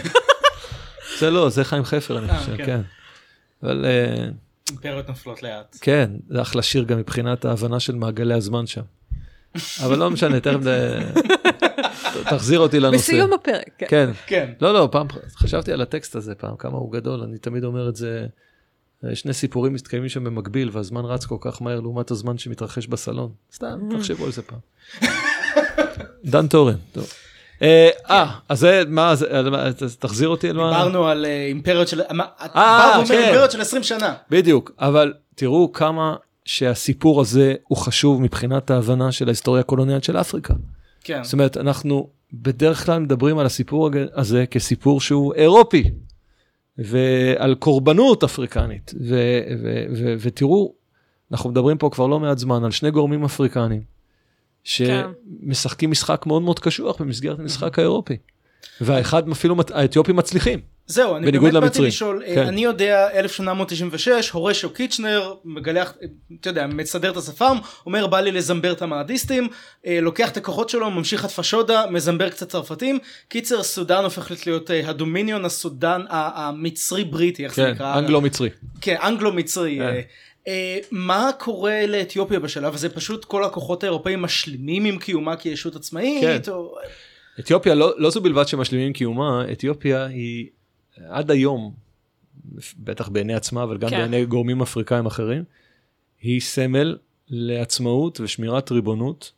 זה חיים חפר, אני חושב, כן. אבל... אימפריות נופלות לאט. כן, זה אחלה שיר גם מבחינת ההבנה של מעגלי הזמן שם. אבל לא משנה, תכף תחזיר אותי לנושא. בסיום הפרק. כן. לא, פעם חשבתי על הטקסט הזה פעם, כמה הוא גדול, אני תמיד אומר את זה, 2 סיפורים מתקיימים שם במקביל, והזמן רץ כל כך מהר לעומת הזמן שמתרחש בסלון. סתם, תחשבו על זה פעם. דן טורן, טוב. אז זה, מה, תחזיר אותי על מה? דיברנו על אימפריות של, אימפריות של 20 שנה. בדיוק, אבל תראו כמה שהסיפור הזה הוא חשוב מבחינת ההבנה של ההיסטוריה הקולוניאלית של אפריקה. כן. זאת אומרת, אנחנו בדרך כלל מדברים על הסיפור הזה כסיפור שהוא אירופי, ועל קורבנות אפריקנית, ותראו, אנחנו מדברים פה כבר לא מעט זמן על 2 גורמים אפריקנים, שמשחקים משחק מאוד מאוד קשוח במסגרת המשחק האירופי. והאחד אפילו, האתיופים מצליחים. זהו, אני באמת באתי לשאול, אני יודע, 1896, הורשו קיצ'נר, מגלח, אתה יודע, מסדר את השפם, אומר, בא לי לזמבר את המאדיסטים, לוקח את הכוחות שלו, ממשיך את פשודה, מזמבר קצת צרפתים, קיצר, סודן הופכת להיות הדומיניון, הסודן, המצרי-בריטי, איך זה נקרא? אנגלו-מצרי. כן, אנגלו-מצרי. מה קורה לאתיופיה בשלב הזה? פשוט כל הכוחות האירופאים משלימים עם קיומה כישות עצמאית? כן. אתיופיה לא זו בלבד שמשלימים קיומה, אתיופיה היא עד היום, בטח בעיני עצמה, אבל גם בעיני גורמים אפריקאים אחרים, היא סמל לעצמאות ושמירת ריבונות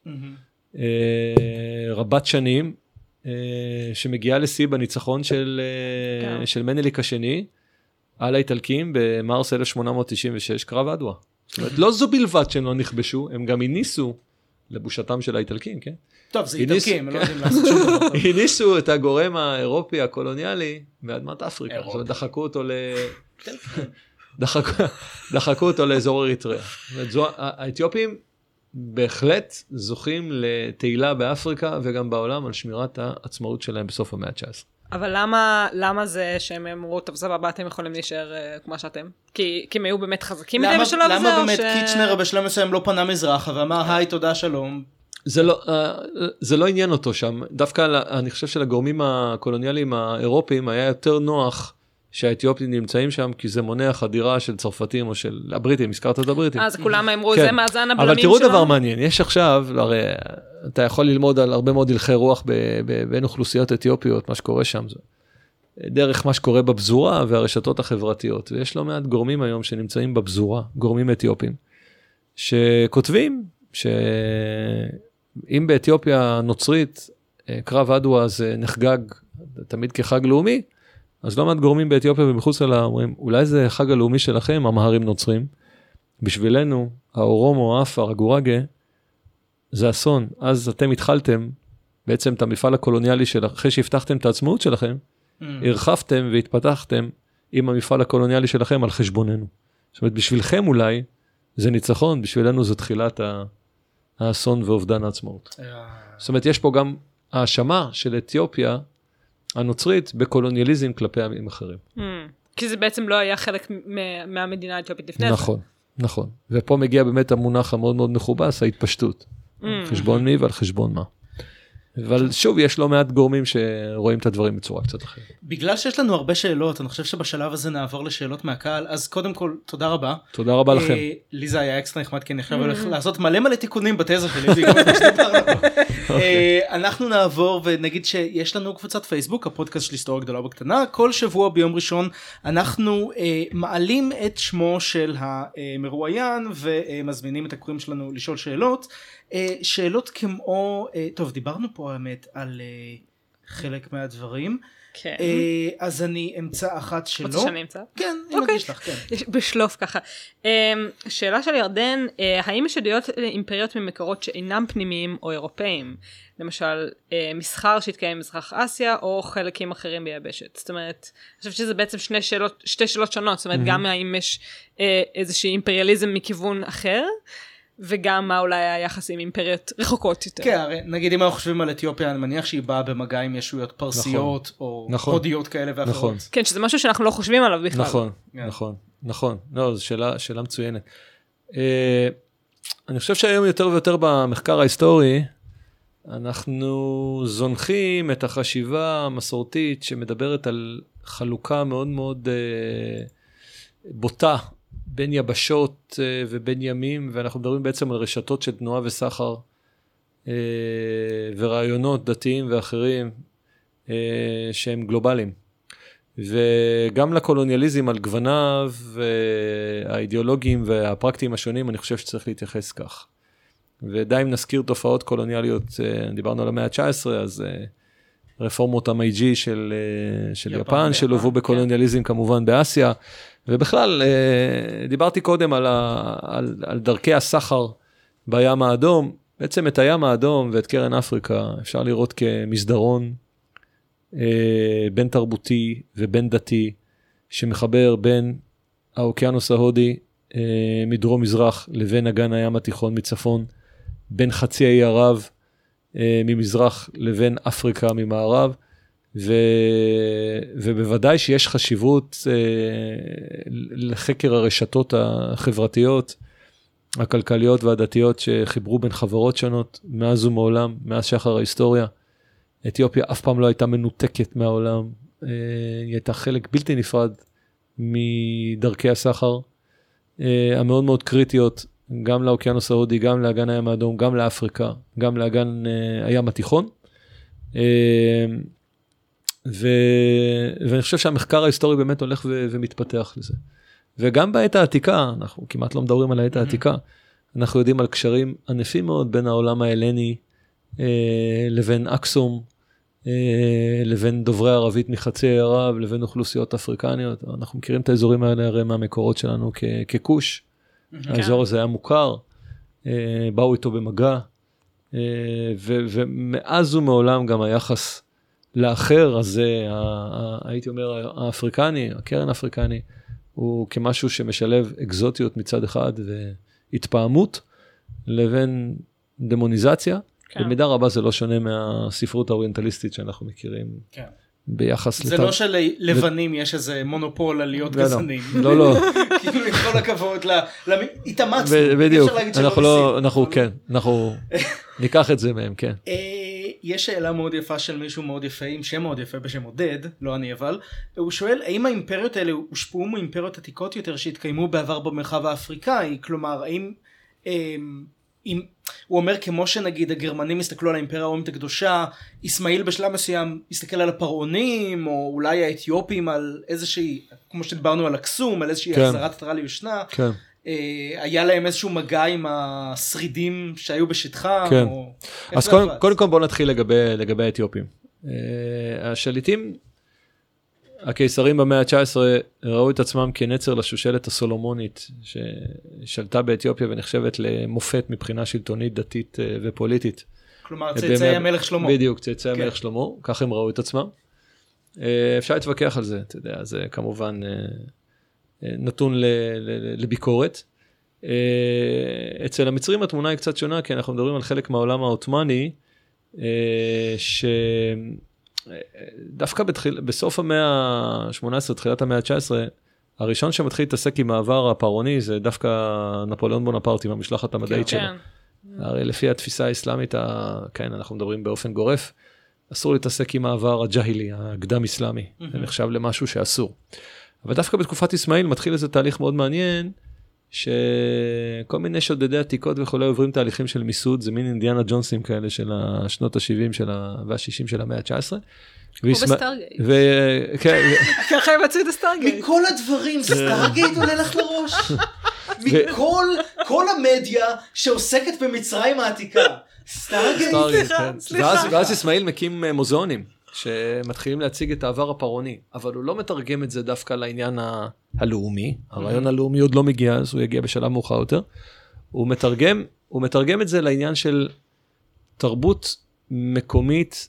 רבת שנים, שמגיעה לשיא בניצחון של מנליק השני, על האיטלקים במרס 1896, קרב עדווה. זאת אומרת, לא זו בלבד שהם לא נכבשו, הם גם הניסו לבושתם של האיטלקים, כן? טוב, זה איטלקים, הם לא יודעים לעשות שום דבר. הניסו את הגורם האירופי הקולוניאלי מאדמת אפריקה, זאת אומרת, דחקו אותו לאזור אריתריאה. האתיופים בהחלט זוכים לתהילה באפריקה וגם בעולם על שמירת העצמאות שלהם בסוף המאה ה-19. אבל למה זה שהם אמרו, טוב סבבה, אתם יכולים להישאר כמו שאתם? כי הם היו באמת חזקים מדי בשלב הזה? למה באמת קיצ'נר בשלב מסוים לא פנה מזרחה ואמר, היי, תודה, שלום? זה לא עניין אותו שם. דווקא אני חושב שלגורמים הקולוניאליים האירופיים היה יותר נוח שהאתיופים נמצאים שם, כי זה מונע חדירה של צרפתים או של הבריטים, הזכרת את הבריטים. אז כולם אמרו, זה מאזן הבלמים אבל תראו דבר מעניין, יש עכשיו, הרי אתה יכול ללמוד על הרבה מאוד הלכי רוח בין אוכלוסיות אתיופיות, מה שקורה שם, דרך מה שקורה בבזורה והרשתות החברתיות, ויש לא מעט גורמים היום שנמצאים בבזורה, גורמים אתיופים, שכותבים שאם באתיופיה הנוצרית, קרב עדווה זה נחגג תמיד כחג לאומי, אז לא מעט גורמים באתיופיה ומחוץ לה אומרים, אולי זה חג הלאומי שלכם, המהרים נוצרים, בשבילנו, האורומו, האפר, הגורגה, זה אסון. אז אתם התחלתם, בעצם את המפעל הקולוניאלי שלכם, אחרי שהבטחתם את העצמאות שלכם, הרחבתם והתפתחתם עם המפעל הקולוניאלי שלכם על חשבוננו. זאת אומרת, בשבילכם אולי, זה ניצחון, בשבילנו זו תחילת האסון ואובדן העצמאות. זאת אומרת, יש פה גם האשמה של אתיופיה הנוצרית בקולוניאליזם כלפי עמים אחרים. כי זה בעצם לא היה חלק מהמדינה האתיופית לפני זה. נכון, נכון. ופה מגיע באמת המונח המאוד מאוד מכובס, ההתפשטות. חשבון מי ועל חשבון מה. אבל שוב, יש לא מעט גורמים שרואים את הדברים בצורה קצת אחרת. בגלל שיש לנו הרבה שאלות, אני חושב שבשלב הזה נעבור לשאלות מהקהל, אז קודם כל, תודה רבה. תודה רבה לכם. לי זה היה אקסטרה נחמד, כי אני עכשיו הולך לעשות מלא תיקונים בתזה שלי, אנחנו נעבור ונגיד שיש לנו קבוצת פייסבוק, הפודקאסט של היסטוריה גדולה בקטנה, כל שבוע ביום ראשון אנחנו מעלים את שמו של המרואיין, ומזמינים את הקוראים שלנו לשאול שאלות, שאלות כמו, טוב, דיברנו פה האמת על חלק מהדברים, כן. אז אני אמצא אחת שלא. רוצה שאני אמצא? כן, אני מגיש לך, כן. בשלוף ככה. שאלה של ירדן, האם יש עדויות אימפריות ממקורות שאינם פנימיים או אירופאים? למשל, מסחר שהתקיים במזרח אסיה, או חלקים אחרים ביבשת. זאת אומרת, אני חושבת שזה בעצם שתי שאלות שונות, זאת אומרת, גם האם יש איזושהי אימפריאליזם מכיוון אחר, וגם מה אולי היחס עם אימפריות רחוקות יותר. כן, הרי נגיד אם אנחנו חושבים על אתיופיה, אני מניח שהיא באה במגע עם ישויות פרסיות, או הודיות כאלה ואחרות. כן, שזה משהו שאנחנו לא חושבים עליו בכלל. נכון, נכון, נכון. לא, זו שאלה מצוינת. אני חושב שהיום יותר ויותר במחקר ההיסטורי, אנחנו זונחים את החשיבה המסורתית שמדברת על חלוקה מאוד מאוד בוטה, בין יבשות ובין ימים, ואנחנו מדברים בעצם על רשתות של תנועה וסחר, ורעיונות דתיים ואחרים, שהם גלובליים. וגם לקולוניאליזם על גווניו, האידיאולוגיים והפרקטיים השונים, אני חושב שצריך להתייחס כך. ודי אם נזכיר תופעות קולוניאליות, דיברנו על המאה ה-19, אז רפורמות המייג'י של יפן, שלובו בקולוניאליזם כמובן באסיה, ובכלל, דיברתי קודם על דרכי הסחר בים האדום, בעצם את הים האדום ואת קרן אפריקה אפשר לראות כמסדרון בין תרבותי ובין דתי, שמחבר בין האוקיינוס ההודי מדרום מזרח לבין אגן הים התיכון מצפון, בין חצי האי ערב ממזרח לבין אפריקה ממערב, ובוודאי שיש חשיבות לחקר הרשתות החברתיות, הכלכליות והדתיות שחיברו בין חברות שונות מאז ומעולם, מאז שחר ההיסטוריה. אתיופיה אף פעם לא הייתה מנותקת מהעולם, היא הייתה חלק בלתי נפרד מדרכי הסחר, המאוד מאוד קריטיות, גם לאוקיינוס ההודי, גם לאגן הים האדום, גם לאפריקה, גם לאגן הים התיכון. ואני חושב שהמחקר ההיסטורי באמת הולך ומתפתח לזה. וגם בעת העתיקה, אנחנו כמעט לא מדברים על העת העתיקה, אנחנו יודעים על קשרים ענפים מאוד בין העולם ההלני לבין אקסום, לבין דוברי ערבית מחצי האי ערב, לבין אוכלוסיות אפריקניות. אנחנו מכירים את האזורים האלה הרי מהמקורות שלנו ככוש. האזור הזה היה מוכר, באו איתו במגע, ומאז ומעולם גם היחס לאחר הזה, הייתי אומר האפריקני, הקרן האפריקני, הוא כמשהו שמשלב אקזוטיות מצד אחד והתפעמות, לבין דמוניזציה. במידה רבה זה לא שונה מהספרות האוריינטליסטית שאנחנו מכירים ביחס... זה לא שלבנים יש איזה מונופול על להיות גזענים. לא, לא. כאילו עם כל הכבוד, התאמצנו. בדיוק, אנחנו ניקח את זה מהם, כן. יש שאלה מאוד יפה של מישהו מאוד יפה, עם שם מאוד יפה בשם עודד, לא אני אבל, הוא שואל, האם האימפריות האלה הושפעו מאימפריות עתיקות יותר שהתקיימו בעבר במרחב האפריקאי? כלומר, האם... הוא אומר כמו שנגיד הגרמנים הסתכלו על האימפריה הרומית הקדושה, אסמאעיל בשלב מסוים הסתכל על הפרעונים, או אולי האתיופים על איזושהי, כמו שדיברנו על אקסום, על איזושהי החזרת עטרה ליושנה, היה להם איזשהו מגע עם השרידים שהיו בשטחה. כן. אז קודם כל בואו נתחיל לגבי האתיופים. השליטים, הקיסרים במאה ה-19 ראו את עצמם כנצר לשושלת הסולומונית ששלטה באתיופיה ונחשבת למופת מבחינה שלטונית, דתית ופוליטית. כלומר צאצאי המלך שלמה. בדיוק, צאצאי המלך שלמה, כך הם ראו את עצמם. אפשר להתווכח על זה, אתה יודע, זה כמובן נתון לביקורת. אצל המצרים התמונה היא קצת שונה, כי אנחנו מדברים על חלק מהעולם העות'מאני, שדווקא בסוף המאה ה-18, תחילת המאה ה-19, הראשון שמתחיל להתעסק עם העבר הפרעוני, זה דווקא נפוליאון בונפרטי, עם המשלחת המדעית שלו. הרי לפי התפיסה האסלאמית, כן, אנחנו מדברים באופן גורף, אסור להתעסק עם העבר הג'אהילי, הקדם אסלאמי, זה נחשב למשהו שאסור. אבל דווקא בתקופת אסמאעיל מתחיל איזה תהליך מאוד מעניין, שכל מיני שודדי עתיקות וכולי עוברים תהליכים של מיסוד, זה מין אינדיאנה ג'ונסים כאלה של השנות ה-70 וה-60 של המאה ה-19. כמו בסטארגייט. ככה הם מצאו את הסטארגייט. מכל הדברים, סטארגייט עולה לך לראש. מכל המדיה שעוסקת במצרים העתיקה. סטארגייט, סליחה. ואז אסמאעיל מקים מוזיאונים, שמתחילים להציג את העבר הפרעוני, אבל הוא לא מתרגם את זה דווקא לעניין הלאומי, הרעיון הלאומי עוד לא מגיע, אז הוא יגיע בשלב מאוחר יותר, הוא מתרגם את זה לעניין של תרבות מקומית,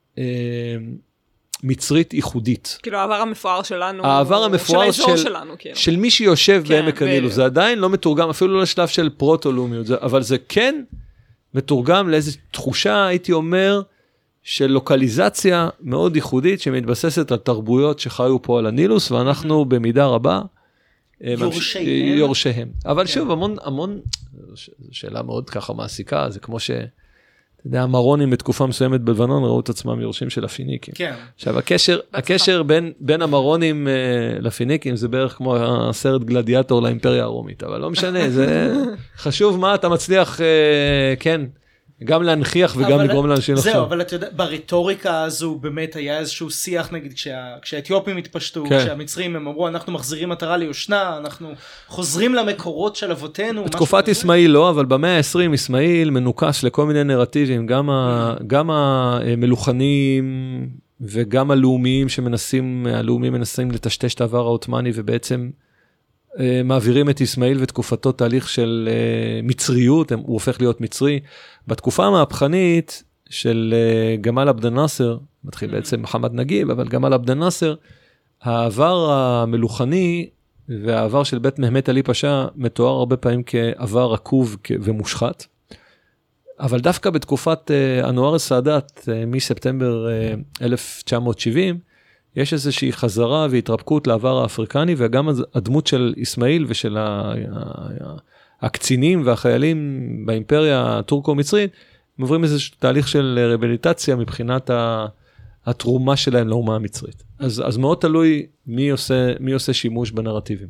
מצרית ייחודית. כאילו העבר המפואר שלנו, העבר המפואר של מי שיושב בעמק הנילוס, זה עדיין לא מתורגם, אפילו לא לשלב של פרוטו-לאומיות, אבל זה כן מתורגם לאיזו תחושה, הייתי אומר, של לוקליזציה מאוד ייחודית, שמתבססת על תרבויות שחיו פה על הנילוס, ואנחנו במידה רבה יורשיהם. אבל שוב, המון, שאלה מאוד ככה מעסיקה, זה כמו אתה יודע, המרונים בתקופה מסוימת בלבנון ראו את עצמם יורשים של הפיניקים. כן. עכשיו, הקשר בין המרונים לפיניקים זה בערך כמו הסרט גלדיאטור לאימפריה הרומית, אבל לא משנה, זה חשוב מה אתה מצליח, כן, גם להנכיח וגם לגרום לאנשים לחשוב. זהו, אבל אתה יודע, ברטוריקה הזו באמת היה איזשהו שיח, נגיד, כשהאתיופים התפשטו, כשהמצרים הם אמרו, אנחנו מחזירים מטרה ליושנה, אנחנו חוזרים למקורות של אבותינו. בתקופת אסמאעיל לא, אבל במאה ה-20 אסמאעיל מנוקש לכל מיני נרטיבים, גם המלוכנים וגם הלאומיים מנסים לטשטש את העבר העות'מאני, ובעצם מעבירים את אסמאעיל ותקופתו תהליך של מצריות, הוא הופך להיות מצרי. בתקופה המהפכנית של גמל עבד אל-נאצר, מתחיל בעצם מוחמד נגיב, אבל גמל עבד אל-נאצר, העבר המלוכני והעבר של בית מהמת עלי פשע מתואר הרבה פעמים כעבר עקוב ומושחת. אבל דווקא בתקופת אנואר א-סאדאת, מספטמבר 1970, יש איזושהי חזרה והתרפקות לעבר האפריקני, וגם הדמות של אסמאעיל ושל הקצינים והחיילים באימפריה הטורקו-מצרית, הם עוברים איזשהו תהליך של רהביליטציה מבחינת התרומה שלהם לאומה המצרית. אז מאוד תלוי מי עושה שימוש בנרטיבים.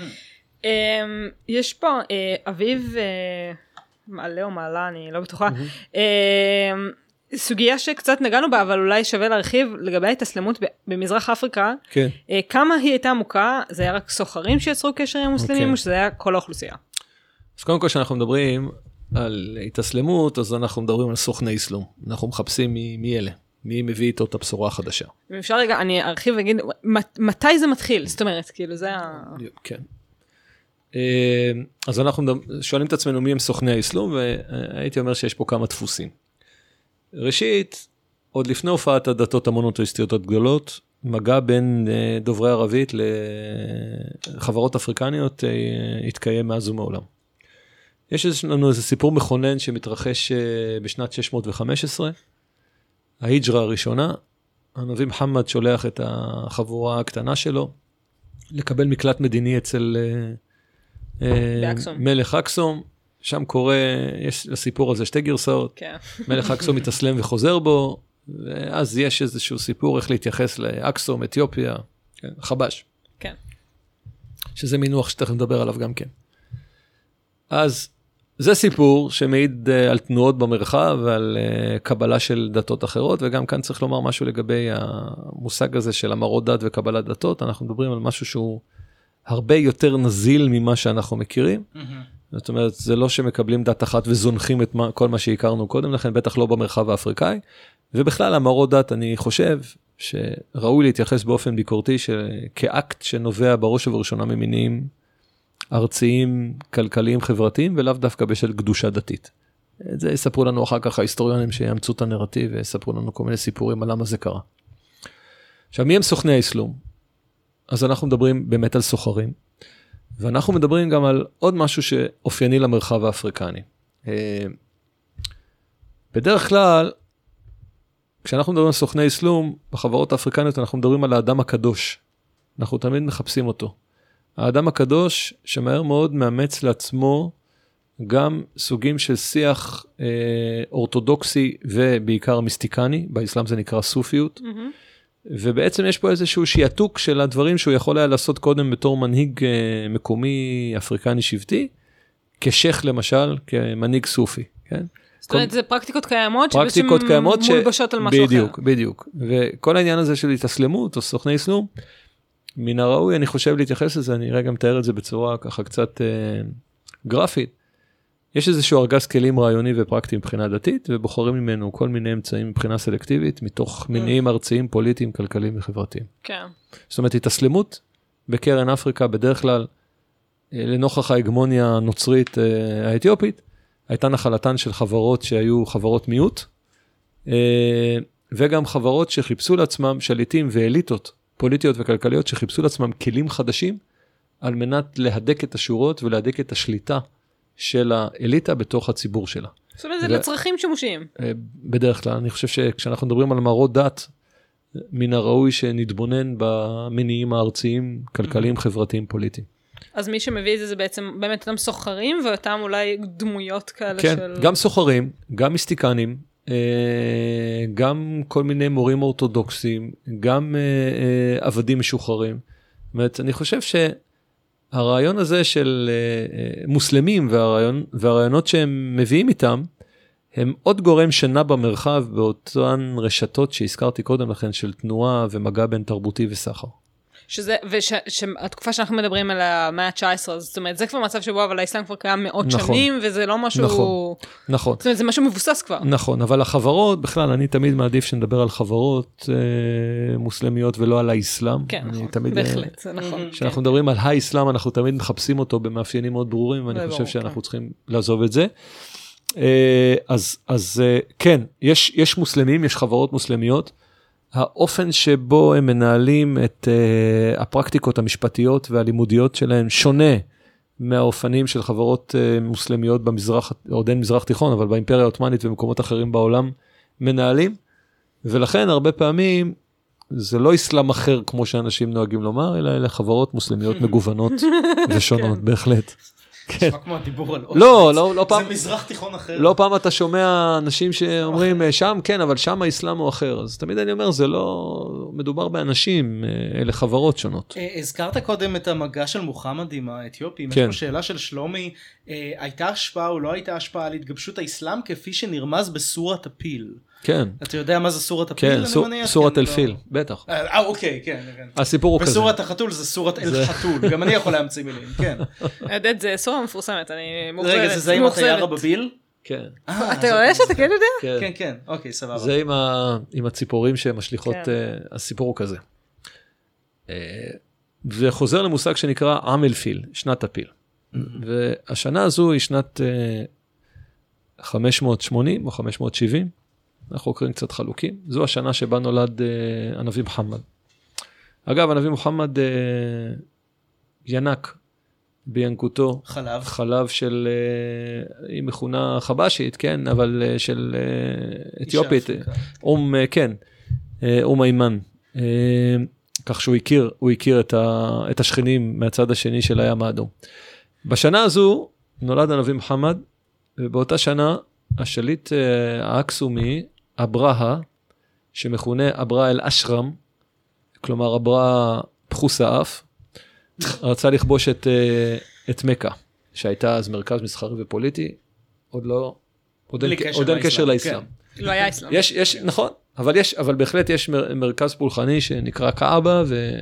יש פה אביב מעלה או מעלה, אני לא בטוחה, סוגיה שקצת נגענו בה, אבל אולי שווה להרחיב לגבי ההתאסלמות במזרח אפריקה. כן. כמה היא הייתה עמוקה? זה היה רק סוחרים שיצרו קשר עם מוסלמים, או שזה היה כל האוכלוסייה? אז קודם כל שאנחנו מדברים על התאסלמות, אז אנחנו מדברים על סוכני אסלאם. אנחנו מחפשים מי אלה, מי מביא איתו את הבשורה החדשה. אם אפשר רגע, אני ארחיב ואגיד, מתי זה מתחיל? זאת אומרת, כאילו זה כן. אז אנחנו שואלים את עצמנו מי הם סוכני האסלאם, והייתי אומר שיש פה כמה דפוסים. ראשית, עוד לפני הופעת הדתות המונותאיסטיות הגדולות, מגע בין דוברי ערבית לחברות אפריקניות התקיים מאז ומעולם. יש לנו איזה סיפור מכונן שמתרחש בשנת 615, ההיג'רה הראשונה, הנביא מוחמד שולח את החבורה הקטנה שלו, לקבל מקלט מדיני אצל מלך אקסום, שם קורה, יש לסיפור הזה שתי גרסאות, מלך אקסום מתאסלם וחוזר בו, ואז יש איזשהו סיפור איך להתייחס לאקסום, אתיופיה, חבש. כן. שזה מינוח שתכף נדבר עליו גם כן. אז זה סיפור שמעיד על תנועות במרחב ועל קבלה של דתות אחרות, וגם כאן צריך לומר משהו לגבי המושג הזה של המרות דת וקבלת דתות, אנחנו מדברים על משהו שהוא הרבה יותר נזיל ממה שאנחנו מכירים, זאת אומרת, זה לא שמקבלים דת אחת וזונחים את כל מה שהכרנו קודם לכן, בטח לא במרחב האפריקאי, ובכלל המרות דת אני חושב שראוי להתייחס באופן ביקורתי כאקט שנובע בראש ובראשונה ממניעים ארציים, כלכליים, חברתיים, ולאו דווקא בשל קדושה דתית. את זה יספרו לנו אחר כך ההיסטוריונים שיאמצו את הנרטיב, ויספרו לנו כל מיני סיפורים על למה זה קרה. עכשיו, מי הם סוכני האסלאם? אז אנחנו מדברים באמת על סוחרים. ואנחנו מדברים גם על עוד משהו שאופייני למרחב האפריקני. בדרך כלל, כשאנחנו מדברים על סוכני אסלום, בחברות האפריקניות אנחנו מדברים על האדם הקדוש. אנחנו תמיד מחפשים אותו. האדם הקדוש שמהר מאוד מאמץ לעצמו גם סוגים של שיח אורתודוקסי ובעיקר מיסטיקני, באסלאם זה נקרא סופיות, ובעצם יש פה איזשהו שיעתוק של הדברים שהוא יכול היה לעשות קודם בתור מנהיג מקומי אפריקני שבטי, כשייך למשל, כמנהיג סופי, כן? זאת אומרת, זה פרקטיקות קיימות שבעצם מולבשות על משהו אחר. בדיוק, בדיוק. וכל העניין הזה של התאסלמות או סוכני אסלום, מן הראוי, אני חושב להתייחס לזה, אני רגע מתאר את זה בצורה ככה קצת גרפית. יש איזשהו ארגז כלים רעיוני ופרקטי מבחינה דתית, ובוחרים ממנו כל מיני אמצעים מבחינה סלקטיבית, מתוך מניעים ארציים, פוליטיים, כלכליים וחברתיים. כן. זאת אומרת, התאסלמות בקרן אפריקה, בדרך כלל, לנוכח ההגמוניה הנוצרית האתיופית, הייתה נחלתן של חברות שהיו חברות מיעוט, וגם חברות שחיפשו לעצמם שליטים ואליטות פוליטיות וכלכליות, שחיפשו לעצמם כלים חדשים, על מנת להדק את השורות ולהדק את השליטה של האליטה בתוך הציבור שלה. זאת אומרת, זה לצרכים שימושיים. בדרך כלל, אני חושב שכשאנחנו מדברים על מרות דת, מן הראוי שנתבונן במניעים הארציים, כלכליים, חברתיים, פוליטיים. אז מי שמביא את זה, זה בעצם באמת אותם סוחרים, ואותם אולי דמויות כאלה כן, של... גם סוחרים, גם מיסטיקנים, גם כל מיני מורים אורתודוקסיים, גם עבדים משוחררים. זאת אומרת, אני חושב שהרעיון הזה של מוסלמים והרעיונות שהם מביאים איתם, הם עוד גורם שנע במרחב באותן רשתות שהזכרתי קודם לכן, של תנועה ומגע בין תרבותי וסחר. שהתקופה שאנחנו מדברים על המאה ה-19, זאת אומרת, זה כבר מצב שבו, אבל האסלאם כבר קיים מאות שנים, וזה לא משהו... נכון. זאת אומרת, זה משהו מבוסס כבר. נכון, אבל החברות, בכלל, אני תמיד מעדיף שנדבר על חברות מוסלמיות ולא על האסלאם. כן, נכון, בהחלט, זה נכון. כשאנחנו מדברים על האסלאם, אנחנו תמיד מחפשים אותו במאפיינים מאוד ברורים, ואני חושב שאנחנו צריכים לעזוב את זה. אז כן, יש מוסלמים, יש חברות מוסלמיות, האופן שבו הם מנהלים את הפרקטיקות המשפטיות והלימודיות שלהם שונה מהאופנים של חברות מוסלמיות במזרח, עוד אין מזרח תיכון, אבל באימפריה העות'מאנית ומקומות אחרים בעולם מנהלים, ולכן הרבה פעמים זה לא אסלאם אחר כמו שאנשים נוהגים לומר, אלא חברות מוסלמיות מגוונות ושונות, בהחלט. נשמע כמו הדיבור על לא פעם. זה מזרח תיכון אחר. לא פעם אתה שומע אנשים שאומרים שם כן, אבל שם האסלאם הוא אחר. אז תמיד אני אומר, זה לא מדובר באנשים, אלה חברות שונות. הזכרת קודם את המגע של מוחמד עם האתיופים. יש פה שאלה של שלומי, הייתה השפעה או לא הייתה השפעה על התגבשות האסלאם כפי שנרמז בסורת הפיל? כן. אתה יודע מה זה סורת הפיל? כן, סורת אל-פיל, בטח. אוקיי, כן. הסיפור הוא כזה. בסורת החתול זה סורת אל-חתול, גם אני יכול להמציא מילים, כן. עדד, זה סורה מפורסמת, אני מוחזרת. רגע, זה עם החיירה בביל? כן. אתה רואה שאתה כן יודע? כן, כן, אוקיי, סבבה. זה עם הציפורים שמשליחות, הסיפור הוא כזה. וחוזר למושג שנקרא עם אל-פיל, שנת הפיל. והשנה הזו היא שנת 580 או 570, אנחנו קוראים קצת חלוקים, זו השנה שבה נולד הנביא מוחמד. אגב, הנביא מוחמד ינק בינקותו חלב של, היא מכונה חבשית, כן, אבל של אתיופית, כן, אימן. כך שהוא הכיר את השכנים מהצד השני של הים האדום. בשנה הזו נולד הנביא מוחמד, ובאותה שנה השליט האקסומי, אברהה, שמכונה אברהה אל-אשרם, כלומר אברהה פחוס האף, רצה לכבוש את מכה, שהייתה אז מרכז מסחרי ופוליטי, עוד אין קשר לאסלאם. לא היה אסלאם. נכון, אבל בהחלט יש מרכז פולחני שנקרא קעבה,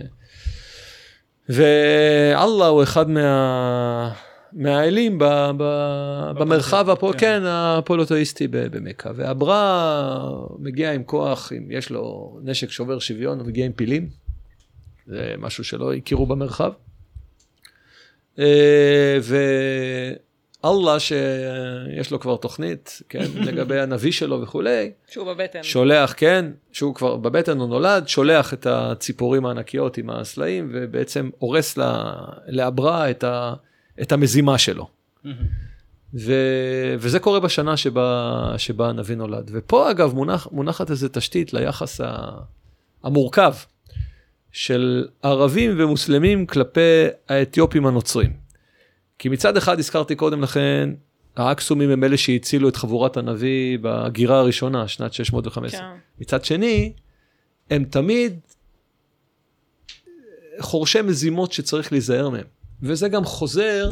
ואללה הוא אחד מהאלים במרחב הפולותאיסטי במכה, ואברהה מגיע עם כוח, אם יש לו נשק שובר שוויון, הוא מגיע עם פילים, זה משהו שלא הכירו במרחב, אללה שיש לו כבר תוכנית, כן, לגבי הנביא שלו וכולי. שהוא בבטן. שולח, כן, שהוא כבר בבטן הוא נולד, שולח את הציפורים הענקיות עם הסלעים, ובעצם הורס לעברה את המזימה שלו. וזה קורה בשנה שבה הנביא נולד. ופה אגב מונחת איזו תשתית ליחס המורכב של ערבים ומוסלמים כלפי האתיופים הנוצרים. כי מצד אחד הזכרתי קודם לכן, האקסומים הם אלה שהצילו את חבורת הנביא בגירה הראשונה, שנת 615. כן. מצד שני, הם תמיד חורשי מזימות שצריך להיזהר מהם. וזה גם חוזר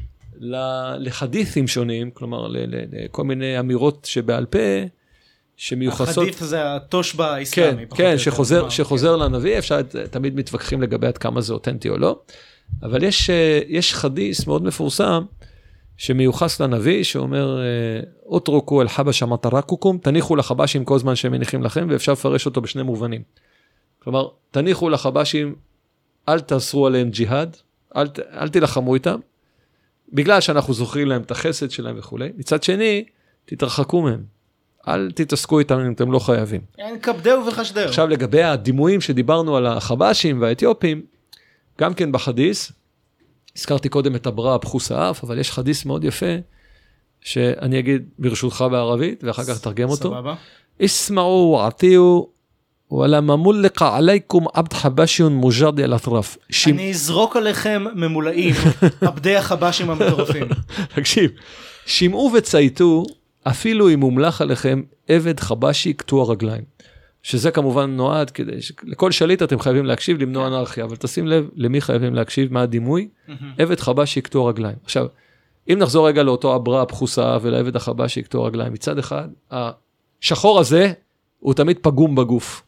לחדית'ים שונים, כלומר לכל מיני אמירות שבעל פה, שמיוחסות... החדית' זה התושבע האסלאמי. כן, שחוזר לנביא, אפשר תמיד מתווכחים לגבי עד כמה זה אותנטי או לא, אבל יש חדית' מאוד מפורסם, שמיוחס לנביא, שאומר, אוטרוקו אל חבש המטרקוקום, תניחו לחבשים כל זמן שהם מניחים לכם, ואפשר לפרש אותו בשני מובנים. כלומר, תניחו לחבשים, אל תאסרו עליהם ג'יהאד, אל תלחמו איתם, בגלל שאנחנו זוכרים להם את החסד שלהם וכו'. מצד שני, תתרחקו מהם. אל תתעסקו איתם אם אתם לא חייבים. אין כבדהו וחשדהו. עכשיו לגבי הדימויים שדיברנו על החבשים והאתיופים, גם כן בחדיס, הזכרתי קודם את הברא בחוס האף, אבל יש חדיס מאוד יפה, שאני אגיד ברשותך בערבית, ואחר כך תרגם אותו. סבבה. اسمعوا وعطيوا ولما ملق عليكم عبد حبشي مجرد الاطراف. אני אזרוק עליכם ממולאים, עבדי החבשים המטורפים. תקשיב, שמעו וצייתו, אפילו אם מומלך עליכם עבד חבשי קטוע רגליים. שזה כמובן נועד כדי, לכל שליט אתם חייבים להקשיב, למנוע אנרכיה, אבל תשים לב למי חייבים להקשיב, מה הדימוי? עבד חבשי קטוע רגליים. עכשיו, אם נחזור רגע לאותו אברא בחוסה ולעבד החבשי קטוע רגליים, מצד אחד, השחור הזה הוא תמיד פגום בגוף.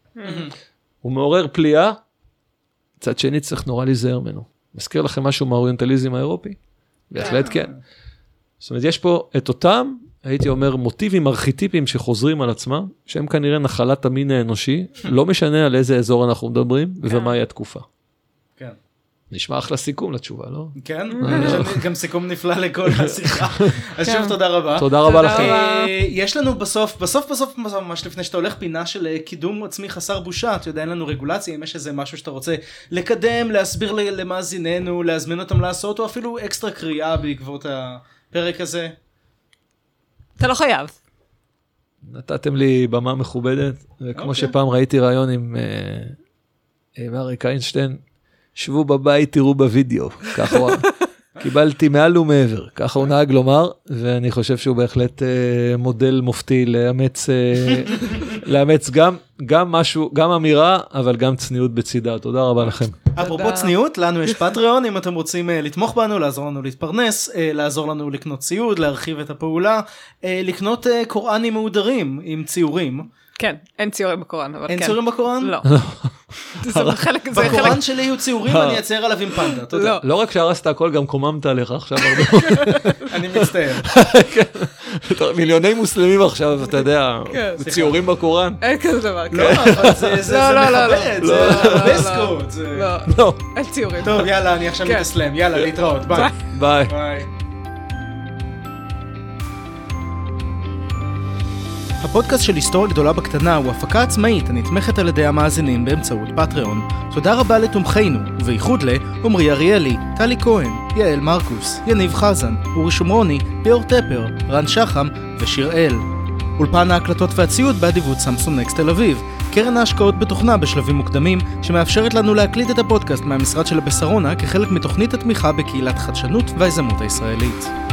הוא מעורר פליאה, מצד שני צריך נורא להיזהר ממנו. מזכיר לכם משהו מהאוריינטליזם האירופי? בהחלט כן. זאת אומרת, יש פה את אותם, הייתי אומר, מוטיבים ארכיטיפיים שחוזרים על עצמם, שהם כנראה נחלת המין האנושי, לא משנה על איזה אזור אנחנו מדברים, ומהי התקופה. כן. נשמע אחלה סיכום לתשובה, לא? כן, גם סיכום נפלא לכל השיחה. אז שוב תודה רבה. תודה רבה לכם. יש לנו בסוף, ממש לפני שאתה הולך, פינה של קידום עצמי חסר בושה, אתה יודע, אין לנו רגולציה, אם יש איזה משהו שאתה רוצה לקדם, להסביר למאזיננו, להזמין אותם לעשות, או אפילו אקסטרה קריאה בעקבות הפרק הזה. אתה לא חייב. נתתם לי במה מכובדת, וכמו שפעם ראיתי רעיון עם אריק איינשטיין, שבו בבית, תראו בווידאו, ככה הוא, קיבלתי מעל ומעבר, ככה הוא נהג לומר, ואני חושב שהוא בהחלט מודל מופתי לאמץ גם משהו, גם אמירה, אבל גם צניעות בצידה. תודה רבה לכם. אפרופו צניעות, לנו יש פטריון, אם אתם רוצים לתמוך בנו, לעזור לנו להתפרנס, לעזור לנו לקנות ציוד, להרחיב את הפעולה, לקנות קוראנים מהודרים עם ציורים. כן, אין ציורים בקוראן, אבל כן. אין ציורים בקוראן? לא. בקוראן שלי יהיו ציורים, אני אצייר עליו עם פנדה, תודה. לא רק שהרסת הכל, גם קוממת עליך עכשיו הרבה. אני מצטער. מיליוני מוסלמים עכשיו, אתה יודע, ציורים בקוראן. אין כזה דבר. לא, אבל זה מכבד, זה בסקוט. לא. אין ציורים. טוב, יאללה, אני עכשיו מתאסלם, יאללה, להתראות, ביי. ביי. הפודקאסט של היסטוריה גדולה בקטנה הוא הפקה עצמאית הנתמכת על ידי המאזינים באמצעות פטריון. תודה רבה לתומכינו, ובייחוד לעומרי אריאלי, טלי כהן, יעל מרקוס, יניב חזן, אורי שומרוני, ליאור טפר, רן שחם ושיר אל. אולפן ההקלטות והציוד באדיבות סמסונג נקסט תל אביב, קרן ההשקעות בתוכנה בשלבים מוקדמים, שמאפשרת לנו להקליט את הפודקאסט מהמשרד של הבשרונה כחלק מתוכנית התמיכה בקהילת חדשנות והיזמות הישראלית.